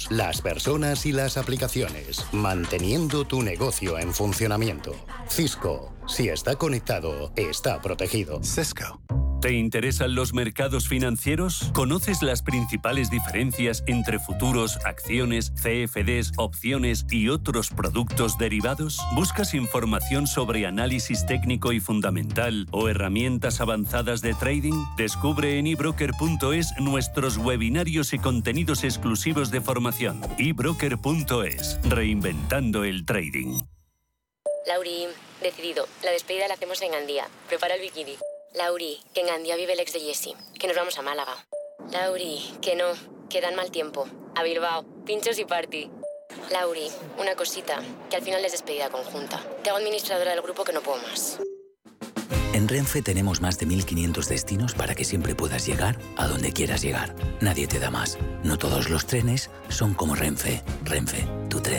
datos, las personas y las aplicaciones, manteniendo tu negocio en funcionamiento. Cisco, si está conectado, está protegido. Cisco. ¿Te interesan los mercados financieros? ¿Conoces las principales diferencias entre futuros, acciones, CFDs, opciones y otros productos derivados? ¿Buscas información sobre análisis técnico y fundamental o herramientas avanzadas de trading? Descubre en ebroker.es nuestros webinarios y contenidos exclusivos de formación. ebroker.es, reinventando el trading. Lauri, decidido. La despedida la hacemos en Gandía. Prepara el bikini. Lauri, que en Gandía vive el ex de Jessie, que nos vamos a Málaga. Lauri, que no, que dan mal tiempo. A Bilbao, pinchos y party. Lauri, una cosita, que al final es despedida conjunta. Te hago administradora del grupo que no puedo más. En Renfe tenemos más de 1.500 destinos para que siempre puedas llegar a donde quieras llegar. Nadie te da más. No todos los trenes son como Renfe. Renfe, tu tren.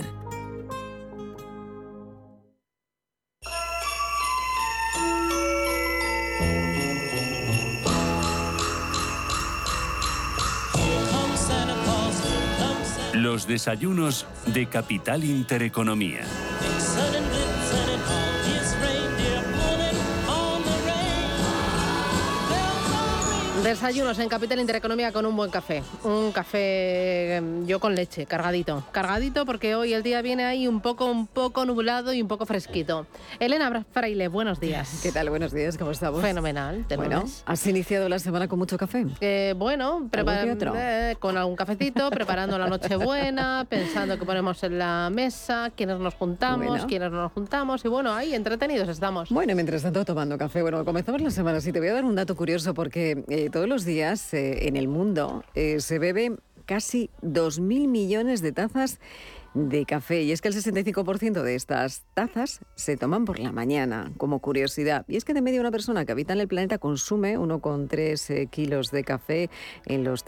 Los desayunos de Capital Intereconomía. Desayunos en Capital Intereconomía con un buen café. Un café yo con leche, cargadito. Cargadito porque hoy el día viene ahí un poco nublado y un poco fresquito. Elena Fraile, buenos días. ¿Qué tal? Buenos días, ¿cómo estamos? Fenomenal. Bueno, ¿has iniciado la semana con mucho café? Con algún cafecito, preparando la Nochebuena, pensando qué ponemos en la mesa, quiénes nos juntamos, quiénes no nos juntamos, y bueno, ahí entretenidos estamos. Bueno, mientras tanto tomando café. Bueno, comenzamos la semana. Sí, te voy a dar un dato curioso porque todos los días en el mundo se bebe casi 2.000 millones de tazas de café. Y es que el 65% de estas tazas se toman por la mañana, como curiosidad. Y es que de media una persona que habita en el planeta consume 1,3 kilos de café en los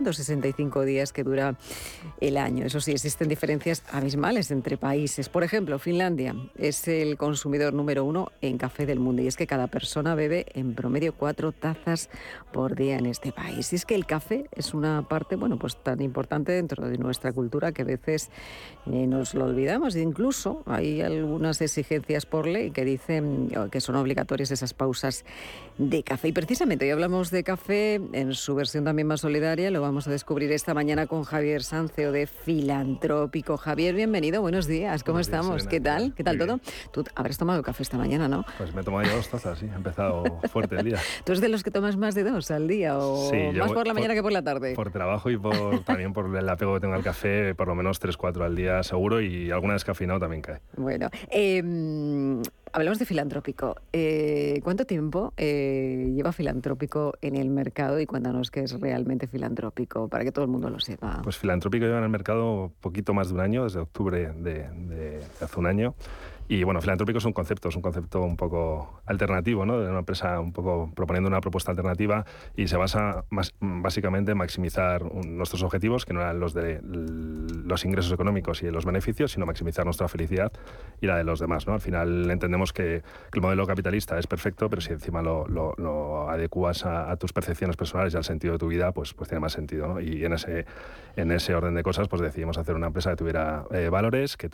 365 días que dura el año. Eso sí, existen diferencias abismales entre países. Por ejemplo, Finlandia es el consumidor número 1 en café del mundo. Y es que cada persona bebe en promedio 4 tazas por día en este país. Y es que el café es una parte, pues tan importante dentro de nuestra cultura que a veces nos lo olvidamos. Incluso hay algunas exigencias por ley que dicen que son obligatorias esas pausas de café. Y precisamente hoy hablamos de café en su versión también más solidaria. Lo vamos a descubrir esta mañana con Javier Sanz, CEO de Filantrópico. Javier, bienvenido, buenos días. ¿Cómo estamos? Elena. ¿Qué tal? ¿Qué tal todo? Tú habrás tomado café esta mañana, ¿no? Pues me he tomado ya 2 tazas, sí. He empezado fuerte el día. ¿Tú eres de los que tomas más de 2 al día o sí, más por la mañana que por la tarde? Por trabajo y también por el apego que tengo al café, por lo menos 3-4 al día seguro, y alguna descafeinado también cae. Bueno, hablamos de Filantrópico. ¿Cuánto tiempo lleva Filantrópico en el mercado y cuéntanos qué es realmente Filantrópico para que todo el mundo lo sepa? Pues Filantrópico lleva en el mercado poquito más de un año, desde octubre de hace un año. Y bueno, Filantrópico es un concepto un poco alternativo, ¿no? De una empresa un poco proponiendo una propuesta alternativa, y se basa básicamente en maximizar nuestros objetivos, que no eran los de los ingresos económicos y los beneficios, sino maximizar nuestra felicidad y la de los demás, ¿no? Al final entendemos que el modelo capitalista es perfecto, pero si encima lo adecuas a tus percepciones personales y al sentido de tu vida, pues tiene más sentido, ¿no? Y en ese orden de cosas, pues decidimos hacer una empresa que tuviera valores, que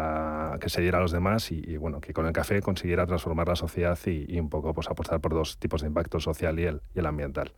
se diera a los demás, y bueno, que con el café consiguiera transformar la sociedad y un poco pues apostar por 2 tipos de impacto, social y el ambiental.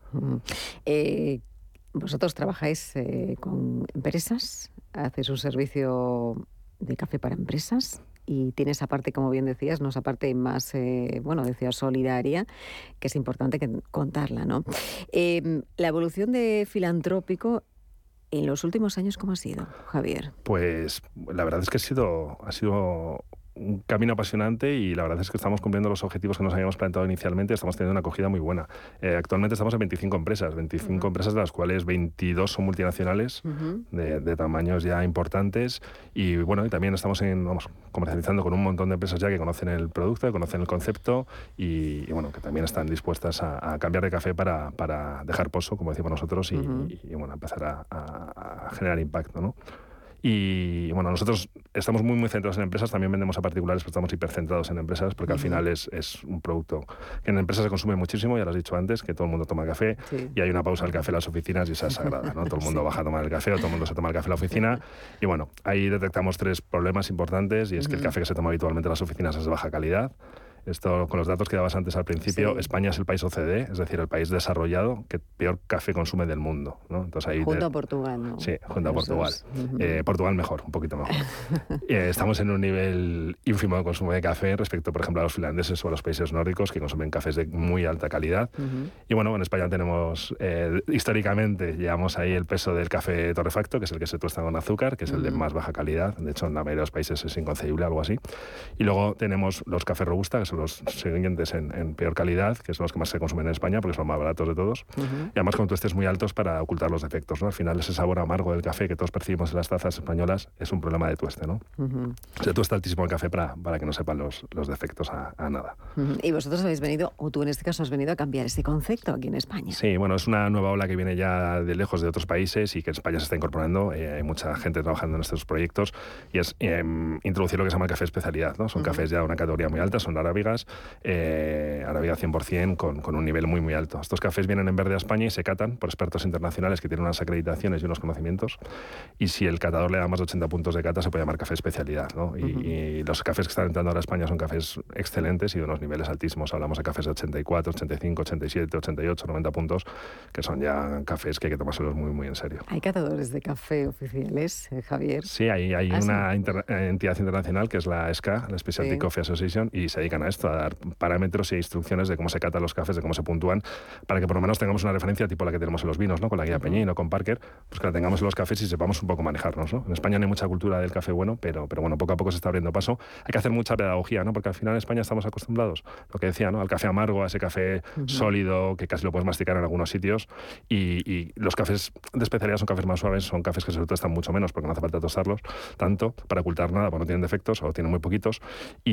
Vosotros trabajáis con empresas, hacéis un servicio de café para empresas y tiene esa parte, como bien decías, ¿no? Esa parte más, decía solidaria, que es importante contarla, ¿no? La evolución de Filantrópico en los últimos años, ¿cómo ha sido, Javier? Pues la verdad es que ha sido un camino apasionante, y la verdad es que estamos cumpliendo los objetivos que nos habíamos planteado inicialmente. Estamos teniendo una acogida muy buena. Actualmente estamos en 25 empresas, empresas de las cuales 22 son multinacionales, de tamaños ya importantes, y bueno, y también estamos comercializando con un montón de empresas ya que conocen el producto, que conocen el concepto, y bueno, que también están dispuestas a cambiar de café para dejar pozo, como decimos nosotros, y bueno, empezar a generar impacto, ¿no? Y bueno, nosotros estamos muy centrados en empresas, también vendemos a particulares, pero estamos hipercentrados en empresas porque al final es un producto que en empresas se consume muchísimo, ya lo has dicho antes, que todo el mundo toma café y hay una pausa del café en las oficinas y esa es sagrada, ¿no? Todo el mundo baja a tomar el café o todo el mundo se toma el café en la oficina y bueno, ahí detectamos 3 problemas importantes y es que el café que se toma habitualmente en las oficinas es de baja calidad. Esto, con los datos que dabas antes al principio, España es el país OCDE, es decir, el país desarrollado que peor café consume del mundo, ¿no? Entonces, ahí junto a Portugal, ¿no? Sí, junto a Portugal. Portugal mejor, un poquito mejor. Estamos en un nivel ínfimo de consumo de café respecto, por ejemplo, a los finlandeses o a los países nórdicos que consumen cafés de muy alta calidad. Y bueno, en España tenemos, históricamente, llevamos ahí el peso del café torrefacto, que es el que se tuesta con azúcar, que es el de más baja calidad. De hecho, en la mayoría de los países es inconcebible, algo así. Y luego tenemos los cafés robusta, que son los siguientes en peor calidad, que son los que más se consumen en España porque son más baratos de todos y además con tuestes muy altos para ocultar los defectos, ¿no? Al final ese sabor amargo del café que todos percibimos en las tazas españolas es un problema de tueste, ¿no? Se tuesta altísimo el café para que no sepan los defectos a nada. Y vosotros habéis venido, o tú en este caso has venido a cambiar ese concepto aquí en España. Sí, bueno, es una nueva ola que viene ya de lejos de otros países y que en España se está incorporando. Hay mucha gente trabajando en estos proyectos y es introducir lo que se llama el café especialidad, ¿no? Son cafés ya de una categoría muy alta, son arábigas, arábiga 100% con un nivel muy alto. Estos cafés vienen en verde a España y se catan por expertos internacionales que tienen unas acreditaciones y unos conocimientos y si el catador le da más de 80 puntos de cata se puede llamar café especialidad, ¿no? Y los cafés que están entrando ahora a España son cafés excelentes y de unos niveles altísimos. Hablamos de cafés de 84, 85, 87, 88, 90 puntos, que son ya cafés que hay que tomárselos muy en serio. ¿Hay catadores de café oficiales, Javier? Sí, hay una entidad internacional que es la ESCA, la Specialty Coffee Association, y se dedican a esto, a dar parámetros e instrucciones de cómo se catan los cafés, de cómo se puntúan, para que por lo menos tengamos una referencia tipo la que tenemos en los vinos, ¿no? Con la guía Peñín o con Parker, pues que la tengamos en los cafés y sepamos un poco manejarnos, ¿no? En España no hay mucha cultura del café bueno, pero bueno, poco a poco se está abriendo paso. Hay que hacer mucha pedagogía, ¿no? Porque al final en España estamos acostumbrados, lo que decía, ¿no? Al café amargo, a ese café sólido, que casi lo puedes masticar en algunos sitios, y los cafés de especialidad son cafés más suaves, son cafés que se tostan mucho menos, porque no hace falta tostarlos tanto para ocultar nada, porque no tienen defectos o tienen muy poquitos,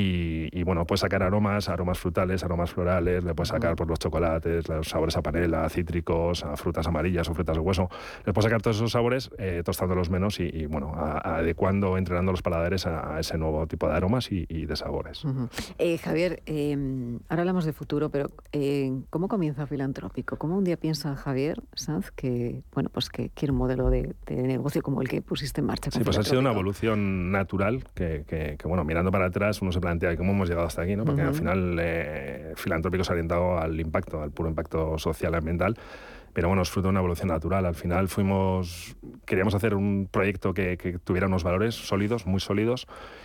y bueno, puedes sacar aromas frutales, aromas florales, le puedes sacar pues, los chocolates, los sabores a panela, a cítricos, a frutas amarillas o frutas de hueso. Le puedes sacar todos esos sabores tostándolos menos y bueno, adecuando, entrenando los paladares a ese nuevo tipo de aromas y de sabores. Javier, ahora hablamos de futuro, pero ¿cómo comienza Filantrópico? ¿Cómo un día piensa Javier Sanz que, bueno, pues que quiere un modelo de negocio como el que pusiste en marcha? Sí, pues ha sido una evolución natural que bueno, mirando para atrás uno se plantea cómo hemos llegado hasta aquí, ¿no? Porque al final Filantrópico se ha orientado al impacto, al puro impacto social y ambiental, pero bueno, es fruto de una evolución natural. Al final queríamos hacer un proyecto que tuviera unos valores sólidos, muy sólidos,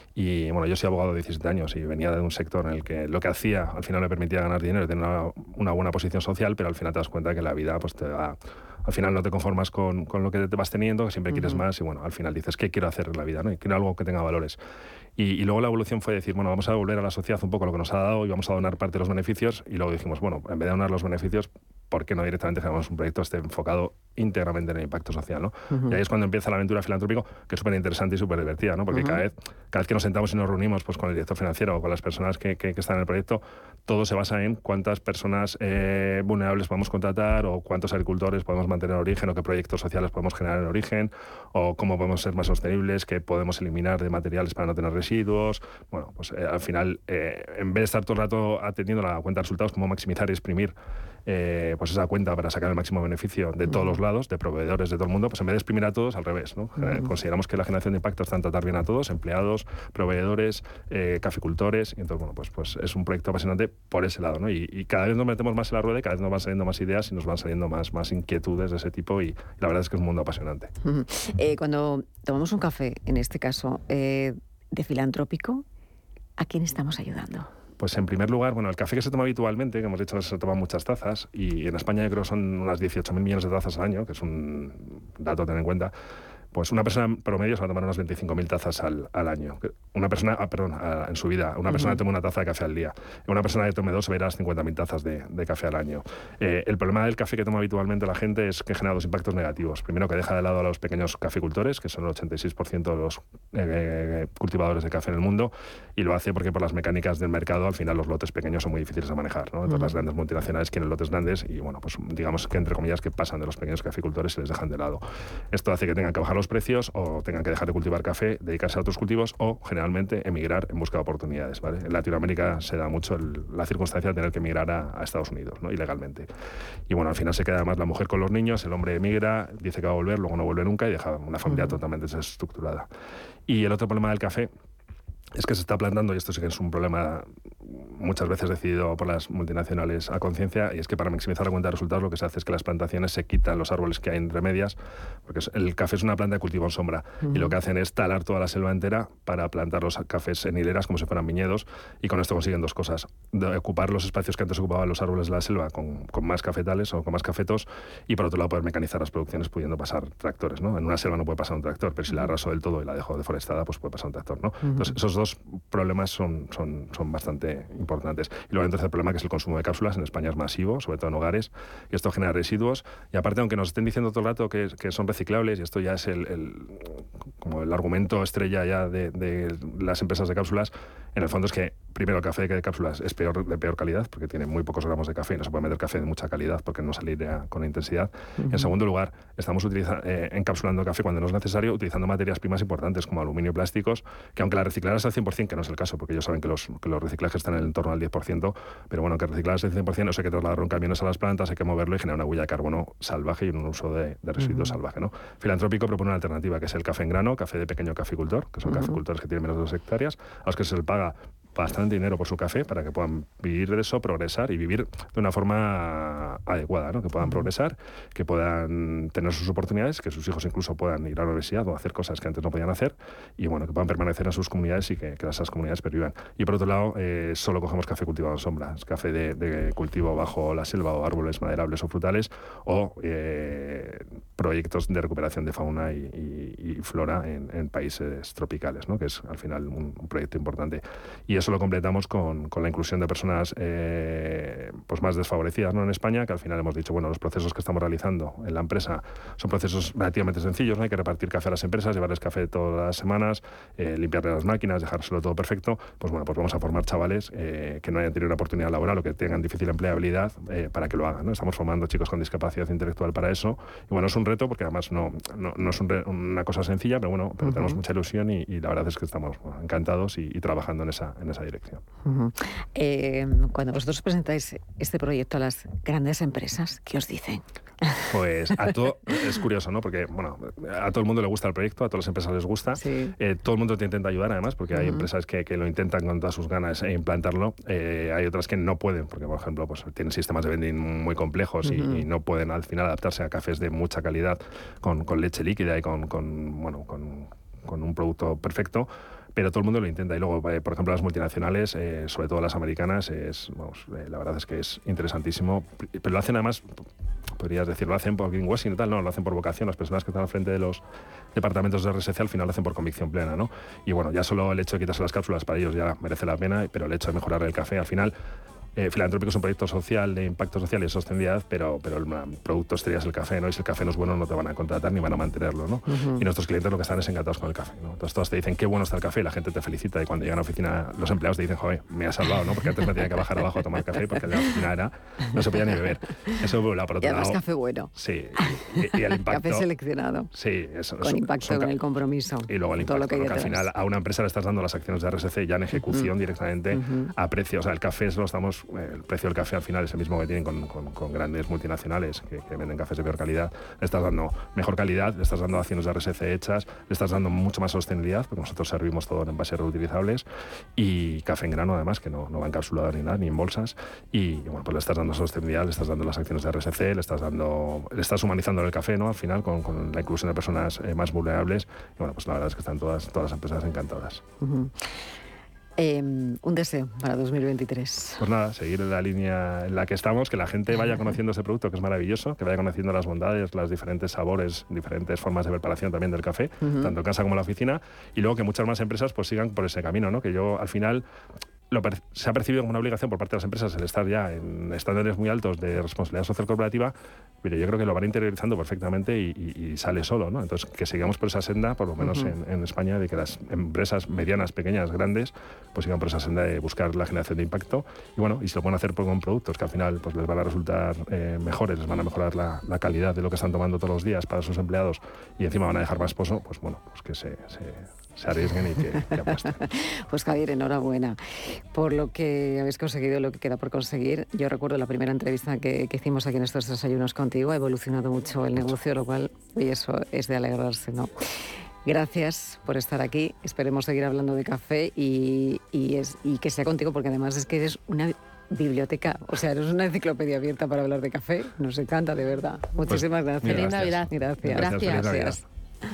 y bueno, yo soy abogado de 17 años y venía de un sector en el que lo que hacía al final me permitía ganar dinero y tener una buena posición social, pero al final te das cuenta que la vida pues al final no te conformas con lo que te vas teniendo, que siempre quieres más y bueno, al final dices, ¿qué quiero hacer en la vida? ¿No? Y quiero algo que tenga valores. Y luego la evolución fue decir, bueno, vamos a devolver a la sociedad un poco lo que nos ha dado y vamos a donar parte de los beneficios, y luego dijimos, bueno, en vez de donar los beneficios, ¿por qué no directamente generamos un proyecto que esté enfocado íntegramente en el impacto social, ¿no? Y ahí es cuando empieza la aventura Filantrópico, que es súper interesante y súper divertida, ¿no? Porque cada vez que nos sentamos y nos reunimos pues, con el director financiero o con las personas que están en el proyecto, todo se basa en cuántas personas vulnerables podemos contratar o cuántos agricultores podemos mantener en origen o qué proyectos sociales podemos generar en origen o cómo podemos ser más sostenibles, qué podemos eliminar de materiales para no tener residuos. Bueno, pues al final, en vez de estar todo el rato atendiendo la cuenta de resultados, cómo maximizar y exprimir pues esa cuenta para sacar el máximo beneficio de todos los lados, de proveedores, de todo el mundo, pues en vez de exprimir a todos, al revés, ¿no? Consideramos que la generación de impacto está en tratar bien a todos, empleados, proveedores, caficultores, y entonces, bueno, pues es un proyecto apasionante por ese lado, ¿no? Y cada vez nos metemos más en la rueda, cada vez nos van saliendo más ideas y nos van saliendo más inquietudes de ese tipo, y la verdad es que es un mundo apasionante. Cuando tomamos un café, en este caso, de Filantrópico, ¿a quién estamos ayudando? Pues en primer lugar, bueno, el café que se toma habitualmente, que hemos dicho que se toman muchas tazas, y en España yo creo que son unas 18.000 millones de tazas al año, que es un dato a tener en cuenta. Pues una persona promedio se va a tomar unas 25.000 tazas al año. Una persona, en su vida. Una persona que toma una taza de café al día. Una persona que tome dos verá las 50.000 tazas de café al año. El problema del café que toma habitualmente la gente es que genera dos impactos negativos. Primero, que deja de lado a los pequeños caficultores, que son el 86% de los cultivadores de café en el mundo, y lo hace porque por las mecánicas del mercado, al final los lotes pequeños son muy difíciles de manejar, ¿no? Entonces las grandes multinacionales quieren lotes grandes y, bueno, pues digamos que entre comillas que pasan de los pequeños caficultores y les dejan de lado. Esto hace que tengan que bajar los los precios o tengan que dejar de cultivar café, dedicarse a otros cultivos o generalmente emigrar en busca de oportunidades, ¿vale? En Latinoamérica se da mucho la circunstancia de tener que emigrar a Estados Unidos, ¿no? Ilegalmente. Y bueno, al final se queda además la mujer con los niños, el hombre emigra, dice que va a volver, luego no vuelve nunca y deja una familia totalmente desestructurada. Y el otro problema del café es que se está plantando, y esto sí que es un problema muchas veces decidido por las multinacionales a conciencia, y es que para maximizar la cuenta de resultados lo que se hace es que las plantaciones se quitan los árboles que hay entre medias, porque el café es una planta de cultivo en sombra, y lo que hacen es talar toda la selva entera para plantar los cafés en hileras como si fueran viñedos, y con esto consiguen dos cosas: de ocupar los espacios que antes ocupaban los árboles de la selva con más cafetales o con más cafetos, y por otro lado poder mecanizar las producciones pudiendo pasar tractores, ¿no? En una selva no puede pasar un tractor, pero si la arraso del todo y la dejo deforestada, pues puede pasar un tractor, ¿no? Entonces esos dos problemas son bastante importantes. Y luego el tercer problema, que es el consumo de cápsulas. En España es masivo, sobre todo en hogares, y esto genera residuos. Y aparte, aunque nos estén diciendo todo el rato que son reciclables, y esto ya es como el argumento estrella ya de las empresas de cápsulas, en el fondo es que, primero, el café de cápsulas es de peor calidad, porque tiene muy pocos gramos de café y no se puede meter café de mucha calidad porque no saliría con intensidad. En segundo lugar, estamos encapsulando café cuando no es necesario, utilizando materias primas importantes como aluminio y plásticos, que aunque la reciclaras al 100%, que no es el caso, porque ellos saben que los reciclajes están en el torno al 10%, pero bueno, que recicladas al 100%, eso hay que trasladarlo en camiones a las plantas, hay que moverlo y generar una huella de carbono salvaje y un uso de residuos salvaje, ¿no? Filantrópico propone una alternativa, que es el café en grano, café de pequeño caficultor, que son caficultores que tienen menos de 2 hectáreas, a los que se les paga bastante dinero por su café para que puedan vivir de eso, progresar y vivir de una forma adecuada, ¿no? Que puedan progresar, que puedan tener sus oportunidades, que sus hijos incluso puedan ir a la universidad o hacer cosas que antes no podían hacer, y bueno, que puedan permanecer en sus comunidades y que esas comunidades pervivan. Y por otro lado, solo cogemos café cultivado en sombra, es café de cultivo bajo la selva o árboles maderables o frutales, o proyectos de recuperación de fauna y flora en países tropicales, ¿no? Que es al final un proyecto importante. Y eso lo completamos con la inclusión de personas pues más desfavorecidas, ¿no? En España, que al final hemos dicho, bueno, los procesos que estamos realizando en la empresa son procesos relativamente sencillos, ¿no? Hay que repartir café a las empresas, llevarles café todas las semanas, limpiarle las máquinas, dejárselo todo perfecto. Pues bueno, pues vamos a formar chavales que no hayan tenido una oportunidad laboral o que tengan difícil empleabilidad para que lo hagan, ¿no? Estamos formando chicos con discapacidad intelectual para eso. Y bueno, es un reto porque además no es una cosa sencilla, pero bueno, tenemos mucha ilusión y la verdad es que estamos encantados y trabajando en esa dirección. Cuando vosotros presentáis este proyecto a las grandes empresas, ¿qué os dicen? Pues es curioso, ¿no? Porque bueno, a todo el mundo le gusta el proyecto, a todas las empresas les gusta. Sí. Todo el mundo te intenta ayudar, además, porque hay empresas que lo intentan con todas sus ganas implantarlo. Hay otras que no pueden, porque por ejemplo, pues tienen sistemas de vending muy complejos y no pueden al final adaptarse a cafés de mucha calidad con leche líquida y con un producto perfecto. Pero todo el mundo lo intenta. Y luego, por ejemplo, las multinacionales, sobre todo las americanas, la verdad es que es interesantísimo. Pero lo hacen además, podrías decir, lo hacen por greenwashing y tal, no, lo hacen por vocación. Las personas que están al frente de los departamentos de RSC al final lo hacen por convicción plena, ¿no? Y bueno, ya solo el hecho de quitarse las cápsulas para ellos ya merece la pena, pero el hecho de mejorar el café al final... Filantrópico es un proyecto social de impacto social y de sostenibilidad, pero el producto estrella es el café, ¿no? Y si el café no es bueno, no te van a contratar ni van a mantenerlo, ¿no? Y nuestros clientes lo que están es encantados con el café, ¿no? Entonces todos te dicen qué bueno está el café, y la gente te felicita, y cuando llegan a la oficina los empleados te dicen, joder, me has salvado, ¿no? Porque antes me tenía que bajar abajo a tomar café porque la oficina no se podía ni beber. Eso por otro lado. Y además café bueno. Sí. Y el impacto. Café seleccionado. Sí. Eso, con impacto, con el compromiso. Y luego el impacto, que al final a una empresa le estás dando las acciones de RSC ya en ejecución directamente a precio. O sea, el café el precio del café al final es el mismo que tienen con grandes multinacionales que venden cafés de peor calidad. Le estás dando mejor calidad, le estás dando acciones de RSC hechas, le estás dando mucho más sostenibilidad, porque nosotros servimos todo en envases reutilizables, y café en grano además, que no va encapsulado ni nada, ni en bolsas, y bueno, pues le estás dando sostenibilidad, le estás dando las acciones de RSC, le estás humanizando el café, ¿no? Al final, con la inclusión de personas más vulnerables, y bueno, pues la verdad es que están todas las empresas encantadas. Un deseo para 2023. Pues nada, seguir en la línea en la que estamos, que la gente vaya conociendo ese producto, que es maravilloso, que vaya conociendo las bondades, los diferentes sabores, diferentes formas de preparación también del café, tanto en casa como en la oficina, y luego que muchas más empresas pues sigan por ese camino, ¿no? Que yo al final se ha percibido como una obligación por parte de las empresas el estar ya en estándares muy altos de responsabilidad social corporativa, pero yo creo que lo van interiorizando perfectamente y sale solo, ¿no? Entonces, que sigamos por esa senda, por lo menos en España, de que las empresas medianas, pequeñas, grandes, pues sigan por esa senda de buscar la generación de impacto. Y bueno, y si lo pueden hacer con productos que al final pues les van a resultar mejores, les van a mejorar la calidad de lo que están tomando todos los días para sus empleados y encima van a dejar más pozo, pues bueno, pues que se arriesguen y que apuesten. Pues Javier, enhorabuena por lo que habéis conseguido, lo que queda por conseguir. Yo recuerdo la primera entrevista que hicimos aquí en estos desayunos contigo, ha evolucionado mucho el negocio, lo cual, oye, eso es de alegrarse, ¿no? Gracias por estar aquí, esperemos seguir hablando de café y que sea contigo, porque además es que eres una biblioteca, o sea, eres una enciclopedia abierta para hablar de café, nos encanta, de verdad. Muchísimas gracias. Feliz Navidad. Gracias.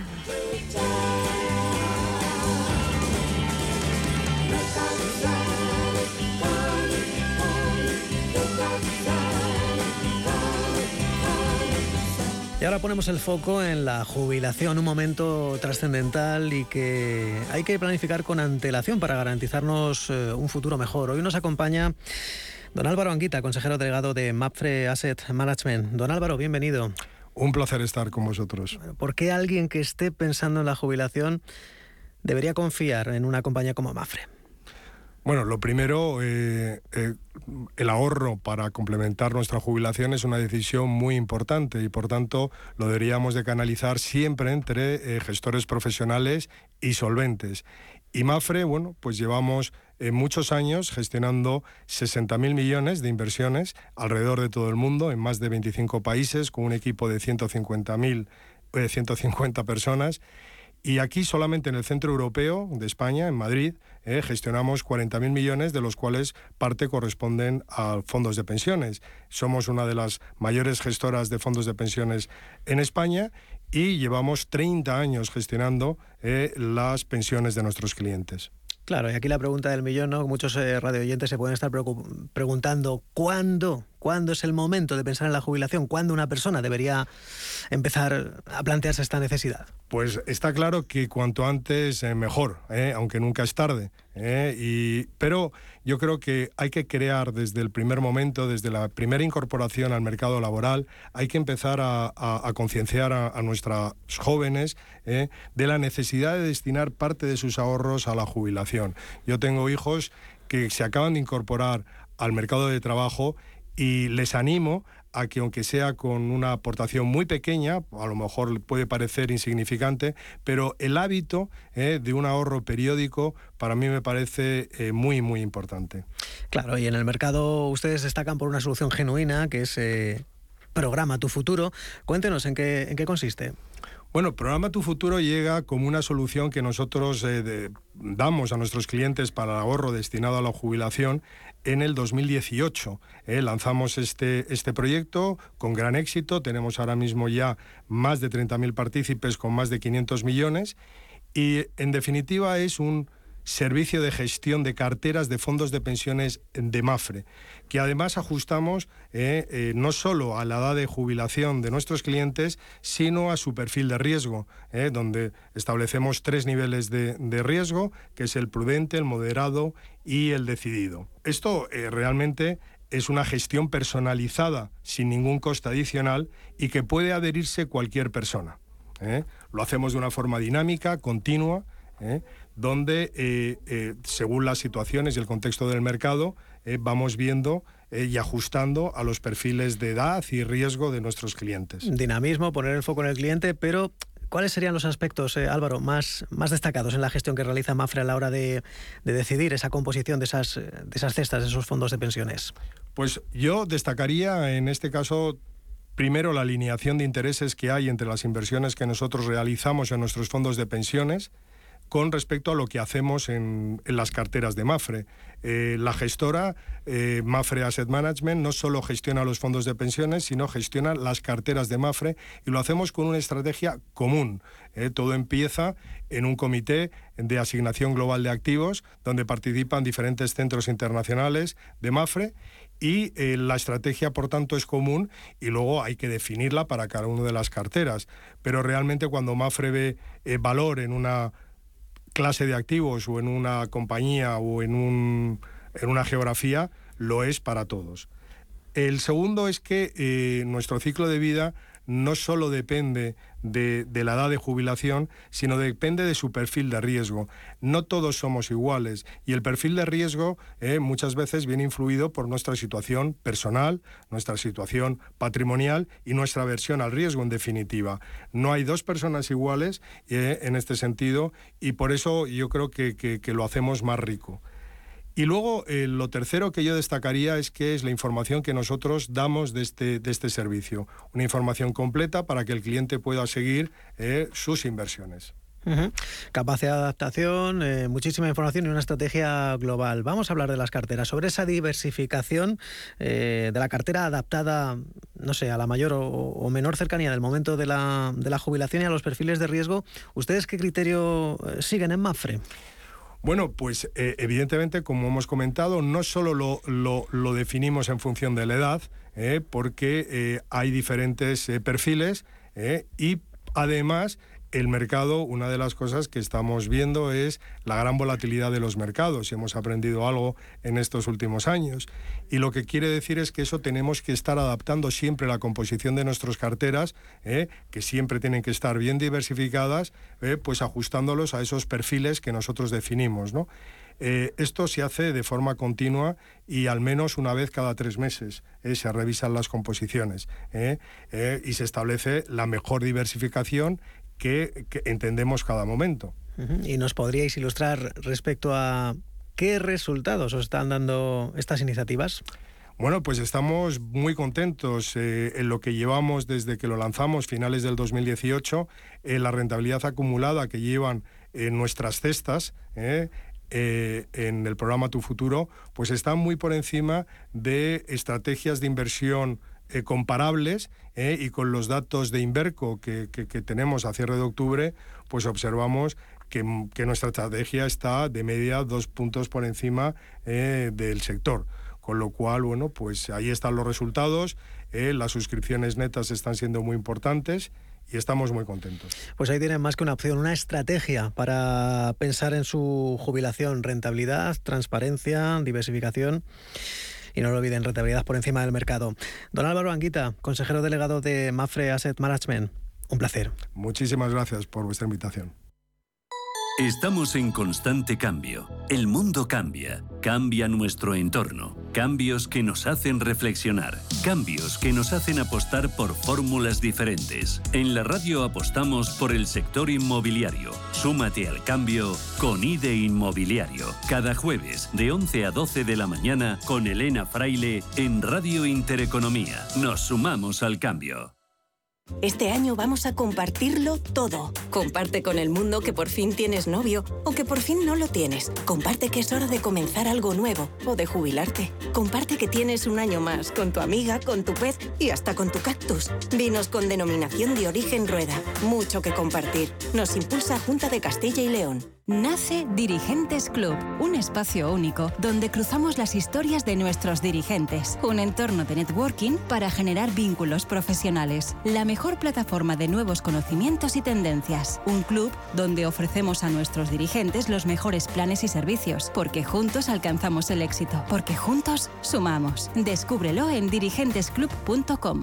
Y ahora ponemos el foco en la jubilación, un momento trascendental y que hay que planificar con antelación para garantizarnos un futuro mejor. Hoy nos acompaña don Álvaro Anguita, consejero delegado de Mapfre Asset Management. Don Álvaro, bienvenido. Un placer estar con vosotros. ¿Por qué alguien que esté pensando en la jubilación debería confiar en una compañía como Mapfre? Bueno, lo primero, el ahorro para complementar nuestra jubilación es una decisión muy importante y por tanto lo deberíamos de canalizar siempre entre gestores profesionales y solventes. Y Mapfre, bueno, pues llevamos muchos años gestionando 60.000 millones de inversiones alrededor de todo el mundo, en más de 25 países, con un equipo de 150 personas. Y aquí solamente en el centro europeo de España, en Madrid, gestionamos 40.000 millones, de los cuales parte corresponden a fondos de pensiones. Somos una de las mayores gestoras de fondos de pensiones en España y llevamos 30 años gestionando las pensiones de nuestros clientes. Claro, y aquí la pregunta del millón, ¿no? Muchos radioyentes se pueden estar preguntando ¿cuándo es el momento de pensar en la jubilación? ¿Cuándo una persona debería empezar a plantearse esta necesidad? Pues está claro que cuanto antes mejor, aunque nunca es tarde. Pero yo creo que hay que crear desde el primer momento, desde la primera incorporación al mercado laboral, hay que empezar a concienciar a nuestros jóvenes de la necesidad de destinar parte de sus ahorros a la jubilación. Yo tengo hijos que se acaban de incorporar al mercado de trabajo y les animo a que, aunque sea con una aportación muy pequeña, a lo mejor puede parecer insignificante, pero el hábito de un ahorro periódico para mí me parece muy, muy importante. Claro, y en el mercado ustedes destacan por una solución genuina, que es Programa Tu Futuro. Cuéntenos en qué consiste. Bueno, Programa Tu Futuro llega como una solución que nosotros damos a nuestros clientes para el ahorro destinado a la jubilación en el 2018. Lanzamos este proyecto con gran éxito, tenemos ahora mismo ya más de 30.000 partícipes con más de 500 millones y en definitiva es un servicio de gestión de carteras de fondos de pensiones de Mapfre, que además ajustamos no solo a la edad de jubilación de nuestros clientes, sino a su perfil de riesgo, donde establecemos 3 niveles de riesgo, que es el prudente, el moderado y el decidido. Esto realmente es una gestión personalizada, sin ningún coste adicional, y que puede adherirse cualquier persona. Lo hacemos de una forma dinámica, continua, donde según las situaciones y el contexto del mercado vamos viendo y ajustando a los perfiles de edad y riesgo de nuestros clientes. Dinamismo, poner el foco en el cliente, pero ¿cuáles serían los aspectos, Álvaro, más destacados en la gestión que realiza Mapfre a la hora de decidir esa composición de esas cestas, de esos fondos de pensiones? Pues yo destacaría en este caso primero la alineación de intereses que hay entre las inversiones que nosotros realizamos en nuestros fondos de pensiones con respecto a lo que hacemos en las carteras de Mapfre. La gestora, Mapfre Asset Management, no solo gestiona los fondos de pensiones, sino gestiona las carteras de Mapfre y lo hacemos con una estrategia común. Todo empieza en un comité de asignación global de activos, donde participan diferentes centros internacionales de Mapfre y la estrategia, por tanto, es común y luego hay que definirla para cada una de las carteras. Pero realmente cuando Mapfre ve valor en una clase de activos o en una compañía o en en una geografía, lo es para todos. El segundo es que nuestro ciclo de vida no solo depende de la edad de jubilación, sino depende de su perfil de riesgo. No todos somos iguales y el perfil de riesgo muchas veces viene influido por nuestra situación personal, nuestra situación patrimonial y nuestra aversión al riesgo, en definitiva. No hay dos personas iguales en este sentido y por eso yo creo que lo hacemos más rico. Y luego, lo tercero que yo destacaría es que es la información que nosotros damos de este servicio. Una información completa para que el cliente pueda seguir sus inversiones. Capacidad de adaptación, muchísima información y una estrategia global. Vamos a hablar de las carteras, sobre esa diversificación de la cartera adaptada, no sé, a la mayor o menor cercanía del momento de la jubilación y a los perfiles de riesgo. ¿Ustedes qué criterio siguen en Mapfre? Bueno, pues evidentemente, como hemos comentado, no solo lo definimos en función de la edad, porque hay diferentes perfiles y además el mercado, una de las cosas que estamos viendo es la gran volatilidad de los mercados y hemos aprendido algo en estos últimos años. Y lo que quiere decir es que eso tenemos que estar adaptando siempre la composición de nuestras carteras, que siempre tienen que estar bien diversificadas, pues ajustándolos a esos perfiles que nosotros definimos, ¿no? Esto se hace de forma continua y al menos una vez cada 3 meses se revisan las composiciones y se establece la mejor diversificación que entendemos cada momento. ¿Y nos podríais ilustrar respecto a qué resultados os están dando estas iniciativas? Bueno, pues estamos muy contentos en lo que llevamos desde que lo lanzamos, finales del 2018, la rentabilidad acumulada que llevan nuestras cestas, en el programa Tu Futuro, pues está muy por encima de estrategias de inversión comparables, y con los datos de Inverco que tenemos a cierre de octubre, pues observamos que nuestra estrategia está de media 2 puntos por encima del sector. Con lo cual, bueno, pues ahí están los resultados, las suscripciones netas están siendo muy importantes y estamos muy contentos. Pues ahí tienen más que una opción, una estrategia para pensar en su jubilación: rentabilidad, transparencia, diversificación. Y no lo olviden, rentabilidad por encima del mercado. Don Álvaro Anguita, consejero delegado de Mapfre Asset Management, un placer. Muchísimas gracias por vuestra invitación. Estamos en constante cambio. El mundo cambia. Cambia nuestro entorno. Cambios que nos hacen reflexionar. Cambios que nos hacen apostar por fórmulas diferentes. En la radio apostamos por el sector inmobiliario. Súmate al cambio con IDE Inmobiliario. Cada jueves de 11 a 12 de la mañana con Elena Fraile en Radio Intereconomía. Nos sumamos al cambio. Este año vamos a compartirlo todo. Comparte con el mundo que por fin tienes novio o que por fin no lo tienes. Comparte que es hora de comenzar algo nuevo o de jubilarte. Comparte que tienes un año más con tu amiga, con tu pez y hasta con tu cactus. Vinos con denominación de origen Rueda. Mucho que compartir. Nos impulsa Junta de Castilla y León. Nace Dirigentes Club, un espacio único donde cruzamos las historias de nuestros dirigentes. Un entorno de networking para generar vínculos profesionales. La mejor plataforma de nuevos conocimientos y tendencias. Un club donde ofrecemos a nuestros dirigentes los mejores planes y servicios. Porque juntos alcanzamos el éxito. Porque juntos sumamos. Descúbrelo en dirigentesclub.com.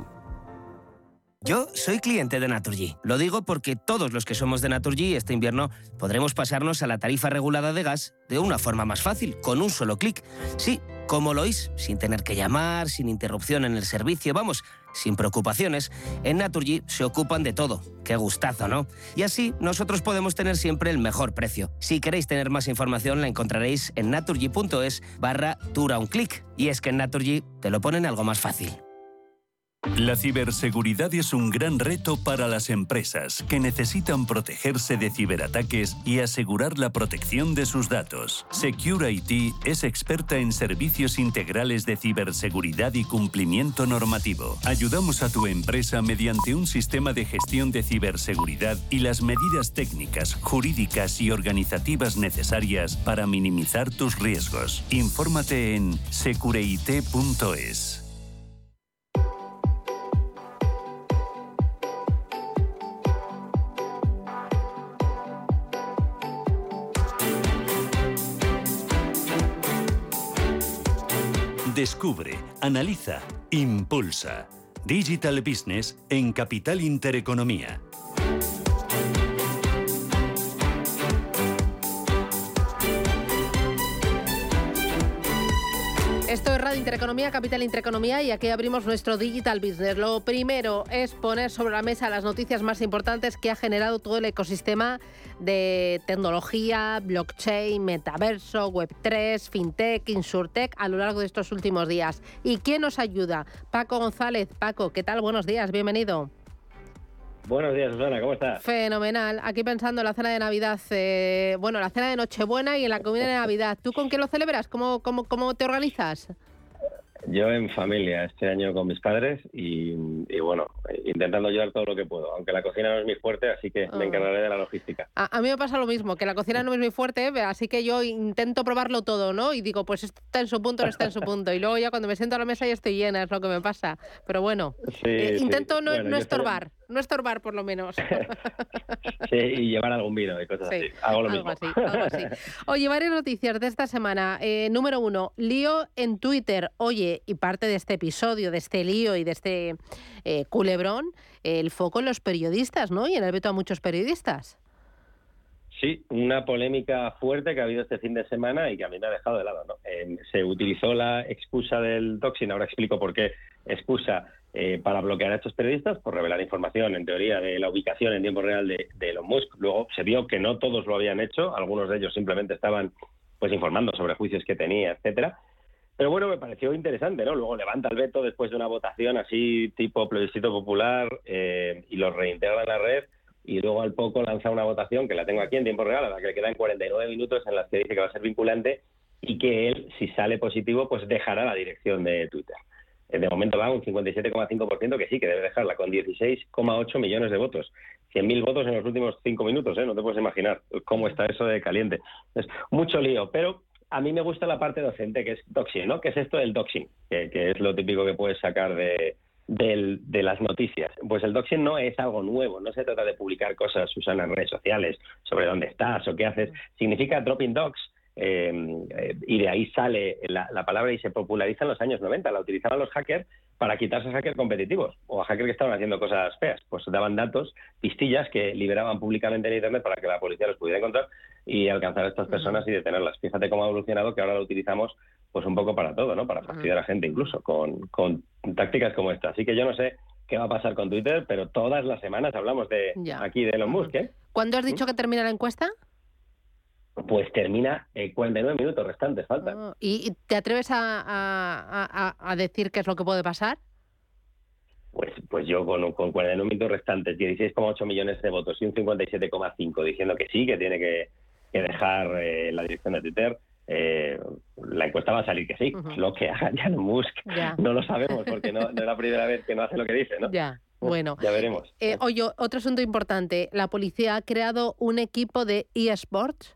Yo soy cliente de Naturgy. Lo digo porque todos los que somos de Naturgy este invierno podremos pasarnos a la tarifa regulada de gas de una forma más fácil, con un solo clic. Sí, como lo oís, sin tener que llamar, sin interrupción en el servicio, vamos, sin preocupaciones. En Naturgy se ocupan de todo. Qué gustazo, ¿no? Y así nosotros podemos tener siempre el mejor precio. Si queréis tener más información la encontraréis en naturgy.es/dura un clic. Y es que en Naturgy te lo ponen algo más fácil. La ciberseguridad es un gran reto para las empresas que necesitan protegerse de ciberataques y asegurar la protección de sus datos. Secure IT es experta en servicios integrales de ciberseguridad y cumplimiento normativo. Ayudamos a tu empresa mediante un sistema de gestión de ciberseguridad y las medidas técnicas, jurídicas y organizativas necesarias para minimizar tus riesgos. Infórmate en secureit.es. Descubre, analiza, impulsa. Digital Business en Capital Intereconomía. Esto es Radio Intereconomía, Capital Intereconomía, y aquí abrimos nuestro Digital Business. Lo primero es poner sobre la mesa las noticias más importantes que ha generado todo el ecosistema de tecnología, blockchain, metaverso, Web3, fintech, insurtech a lo largo de estos últimos días. ¿Y quién nos ayuda? Paco González. Paco, ¿qué tal? Buenos días, bienvenido. Buenos días, Susana, ¿cómo estás? Fenomenal. Aquí pensando en la cena de Navidad, la cena de Nochebuena y en la comida de Navidad. ¿Tú con qué lo celebras? ¿Cómo te organizas? Yo en familia, este año con mis padres y bueno, intentando ayudar todo lo que puedo, aunque la cocina no es mi fuerte, así que me encargaré de la logística. A mí me pasa lo mismo, que la cocina no es muy fuerte, así que yo intento probarlo todo, ¿no? Y digo, pues esto está en su punto, no está en su punto. Y luego ya cuando me siento a la mesa ya estoy llena, es lo que me pasa. Pero bueno, intento no estorbar. No estorbar, por lo menos. Sí, y llevar algún vino y cosas así. Hago lo mismo. Algo así. Oye, varias noticias de esta semana. Número 1, lío en Twitter. Oye, y parte de este episodio, de este lío y de este culebrón, el foco en los periodistas, ¿no? Y en el veto a muchos periodistas. Sí, una polémica fuerte que ha habido este fin de semana y que a mí me ha dejado de lado, ¿no? Se utilizó la excusa del doxing, ahora explico por qué excusa, para bloquear a estos periodistas, por revelar información, en teoría, de la ubicación en tiempo real de Elon Musk. Luego se vio que no todos lo habían hecho, algunos de ellos simplemente estaban pues informando sobre juicios que tenía, etcétera. Pero bueno, me pareció interesante, ¿no? Luego levanta el veto después de una votación así tipo plebiscito popular y lo reintegra en la red. Y luego al poco lanza una votación, que la tengo aquí en tiempo real, a la que le quedan 49 minutos, en las que dice que va a ser vinculante y que él, si sale positivo, pues dejará la dirección de Twitter. De momento va un 57,5% que sí, que debe dejarla, con 16,8 millones de votos. 100.000 votos en los últimos 5 minutos, ¿eh? No te puedes imaginar cómo está eso de caliente. Es mucho lío, pero a mí me gusta la parte docente, que es doxing, ¿no? ¿Qué es esto del doxing? Que es lo típico que puedes sacar de las noticias. Pues el doxing no es algo nuevo, no se trata de publicar cosas, Susana, en redes sociales sobre dónde estás o qué haces. Significa dropping dogs, y de ahí sale la palabra y se populariza en los años 90. La utilizaban los hackers para quitarse a hackers competitivos o a hackers que estaban haciendo cosas feas. Pues daban datos, pistillas que liberaban públicamente en Internet para que la policía los pudiera encontrar y alcanzar a estas personas y detenerlas. Fíjate cómo ha evolucionado, que ahora lo utilizamos pues un poco para todo, ¿no? Para fastidiar a gente incluso con tácticas como esta. Así que yo no sé qué va a pasar con Twitter, pero todas las semanas hablamos aquí de Elon Musk, ¿eh? ¿Cuándo has dicho que termina la encuesta? Pues termina 49 minutos restantes, faltan. ¿Y te atreves a decir qué es lo que puede pasar? Pues yo con 49 minutos restantes, 16,8 millones de votos y un 57,5 diciendo que sí, que tiene que dejar la dirección de Twitter, la encuesta va a salir que sí. Lo que haga Elon Musk no lo sabemos porque no es la primera vez que no hace lo que dice, ¿no? Bueno, ya veremos. Oye, otro asunto importante, la policía ha creado un equipo de eSports.